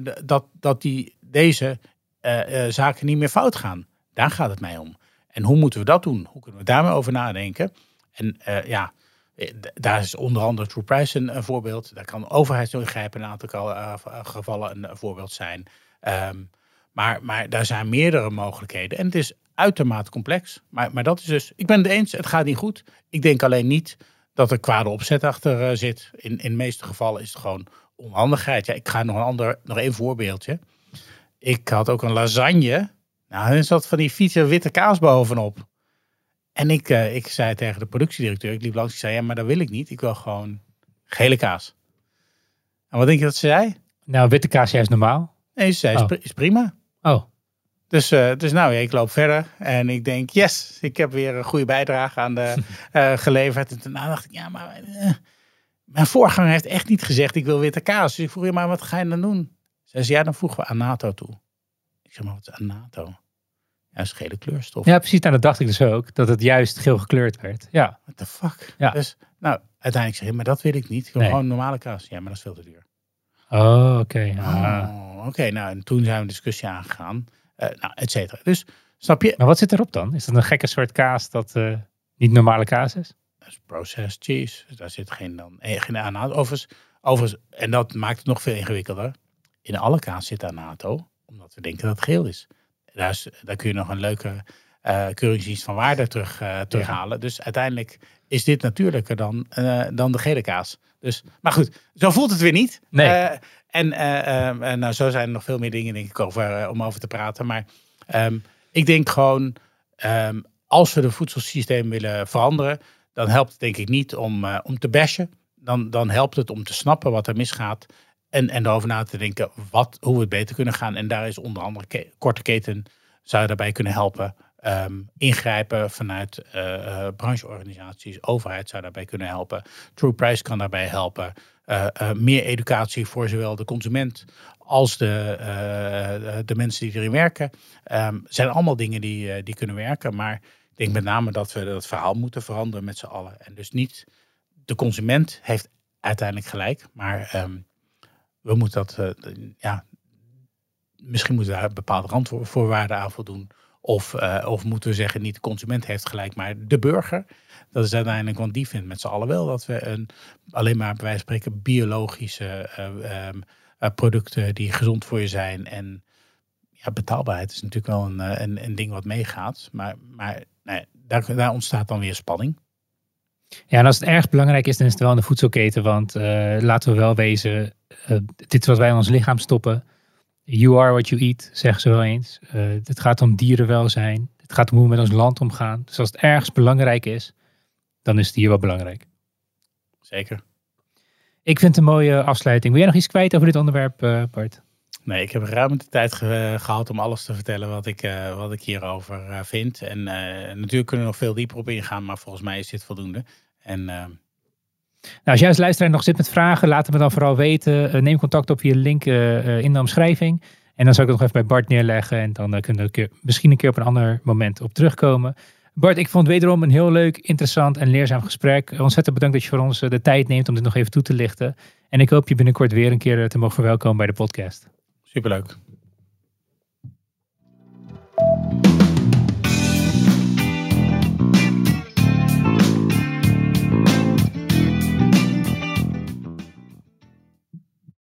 deze zaken niet meer fout gaan? Daar gaat het mij om. En hoe moeten we dat doen? Hoe kunnen we daarmee over nadenken? En daar is onder andere True Price een voorbeeld. Daar kan overheidsingrijpen in een aantal gevallen een voorbeeld zijn. Maar daar zijn meerdere mogelijkheden. En het is uitermate complex. Maar dat is dus, ik ben het eens, het gaat niet goed. Ik denk alleen niet dat er kwade opzet achter zit. In de meeste gevallen is het gewoon onhandigheid. Ja, ik ga nog één voorbeeldje. Ik had ook een lasagne. Nou, er zat van die vieze witte kaas bovenop. En ik zei tegen de productiedirecteur, ik liep langs, ik zei, ja, maar dat wil ik niet. Ik wil gewoon gele kaas. En wat denk je dat ze zei? Nou, witte kaas juist normaal. Nee, ze zei, is prima. Oh. Dus ik loop verder en ik denk, yes, ik heb weer een goede bijdrage aan de geleverd. En daarna dacht ik, maar mijn voorganger heeft echt niet gezegd, ik wil witte kaas. Dus ik vroeg je, maar wat ga je dan doen? Ze zei, dan voegen we Anato toe. Ik zeg, maar wat is Anato? Ja, dat is gele kleurstof. Ja, precies. Nou, dat dacht ik dus ook. Dat het juist geel gekleurd werd. Ja. What the fuck? Ja. Dus, uiteindelijk zeg ik, maar dat wil ik niet. Ik wil gewoon normale kaas. Ja, maar dat is veel te duur. Oh, oké. Oké, en toen zijn we een discussie aangegaan. Et cetera. Dus, snap je? Maar wat zit erop dan? Is dat een gekke soort kaas dat niet normale kaas is? Dat is processed cheese. Dus daar zit geen anato. Overigens, en dat maakt het nog veel ingewikkelder. In alle kaas zit anato, omdat we denken dat het geel is. Daar kun je nog een leuke keuringsdienst van waarde terughalen. Dus uiteindelijk is dit natuurlijker dan de gele kaas. Dus, maar goed, zo voelt het weer niet. Nee. Zo zijn er nog veel meer dingen denk ik om over te praten. Maar ik denk gewoon, als we de voedselsysteem willen veranderen, dan helpt het denk ik niet om te bashen. Dan helpt het om te snappen wat er misgaat. En erover na te denken hoe we het beter kunnen gaan. En daar is onder andere korte keten zou daarbij kunnen helpen. Ingrijpen vanuit brancheorganisaties. Overheid zou daarbij kunnen helpen. True Price kan daarbij helpen. Meer educatie voor zowel de consument als de mensen die erin werken. Zijn allemaal dingen die kunnen werken. Maar ik denk met name dat we dat verhaal moeten veranderen met z'n allen. En dus niet de consument heeft uiteindelijk gelijk. Maar we moeten misschien moeten we daar bepaalde randvoorwaarden aan voldoen. Of moeten we zeggen, niet de consument heeft gelijk, maar de burger. Dat is uiteindelijk, want die vindt met z'n allen wel dat we alleen maar bij wijze van spreken biologische producten die gezond voor je zijn. En betaalbaarheid is natuurlijk wel een ding wat meegaat. Maar daar ontstaat dan weer spanning. Ja, en als het erg belangrijk is, dan is het wel in de voedselketen. Want laten we wel wezen, dit is wat wij in ons lichaam stoppen. You are what you eat, zeggen ze wel eens. Het gaat om dierenwelzijn. Het gaat om hoe we met ons land omgaan. Dus als het ergens belangrijk is, dan is het hier wel belangrijk. Zeker. Ik vind het een mooie afsluiting. Wil jij nog iets kwijt over dit onderwerp, Bart? Nee, ik heb ruim de tijd gehad om alles te vertellen wat ik hierover vind. En natuurlijk kunnen we nog veel dieper op ingaan, maar volgens mij is dit voldoende. Nou, als jij als luisteraar nog zit met vragen, laat het me dan vooral weten. Neem contact op via de link in de omschrijving. En dan zal ik het nog even bij Bart neerleggen. En dan kunnen we misschien een keer op een ander moment op terugkomen. Bart, ik vond het wederom een heel leuk, interessant en leerzaam gesprek. Ontzettend bedankt dat je voor ons de tijd neemt om dit nog even toe te lichten. En ik hoop je binnenkort weer een keer te mogen verwelkomen bij de podcast. Superleuk.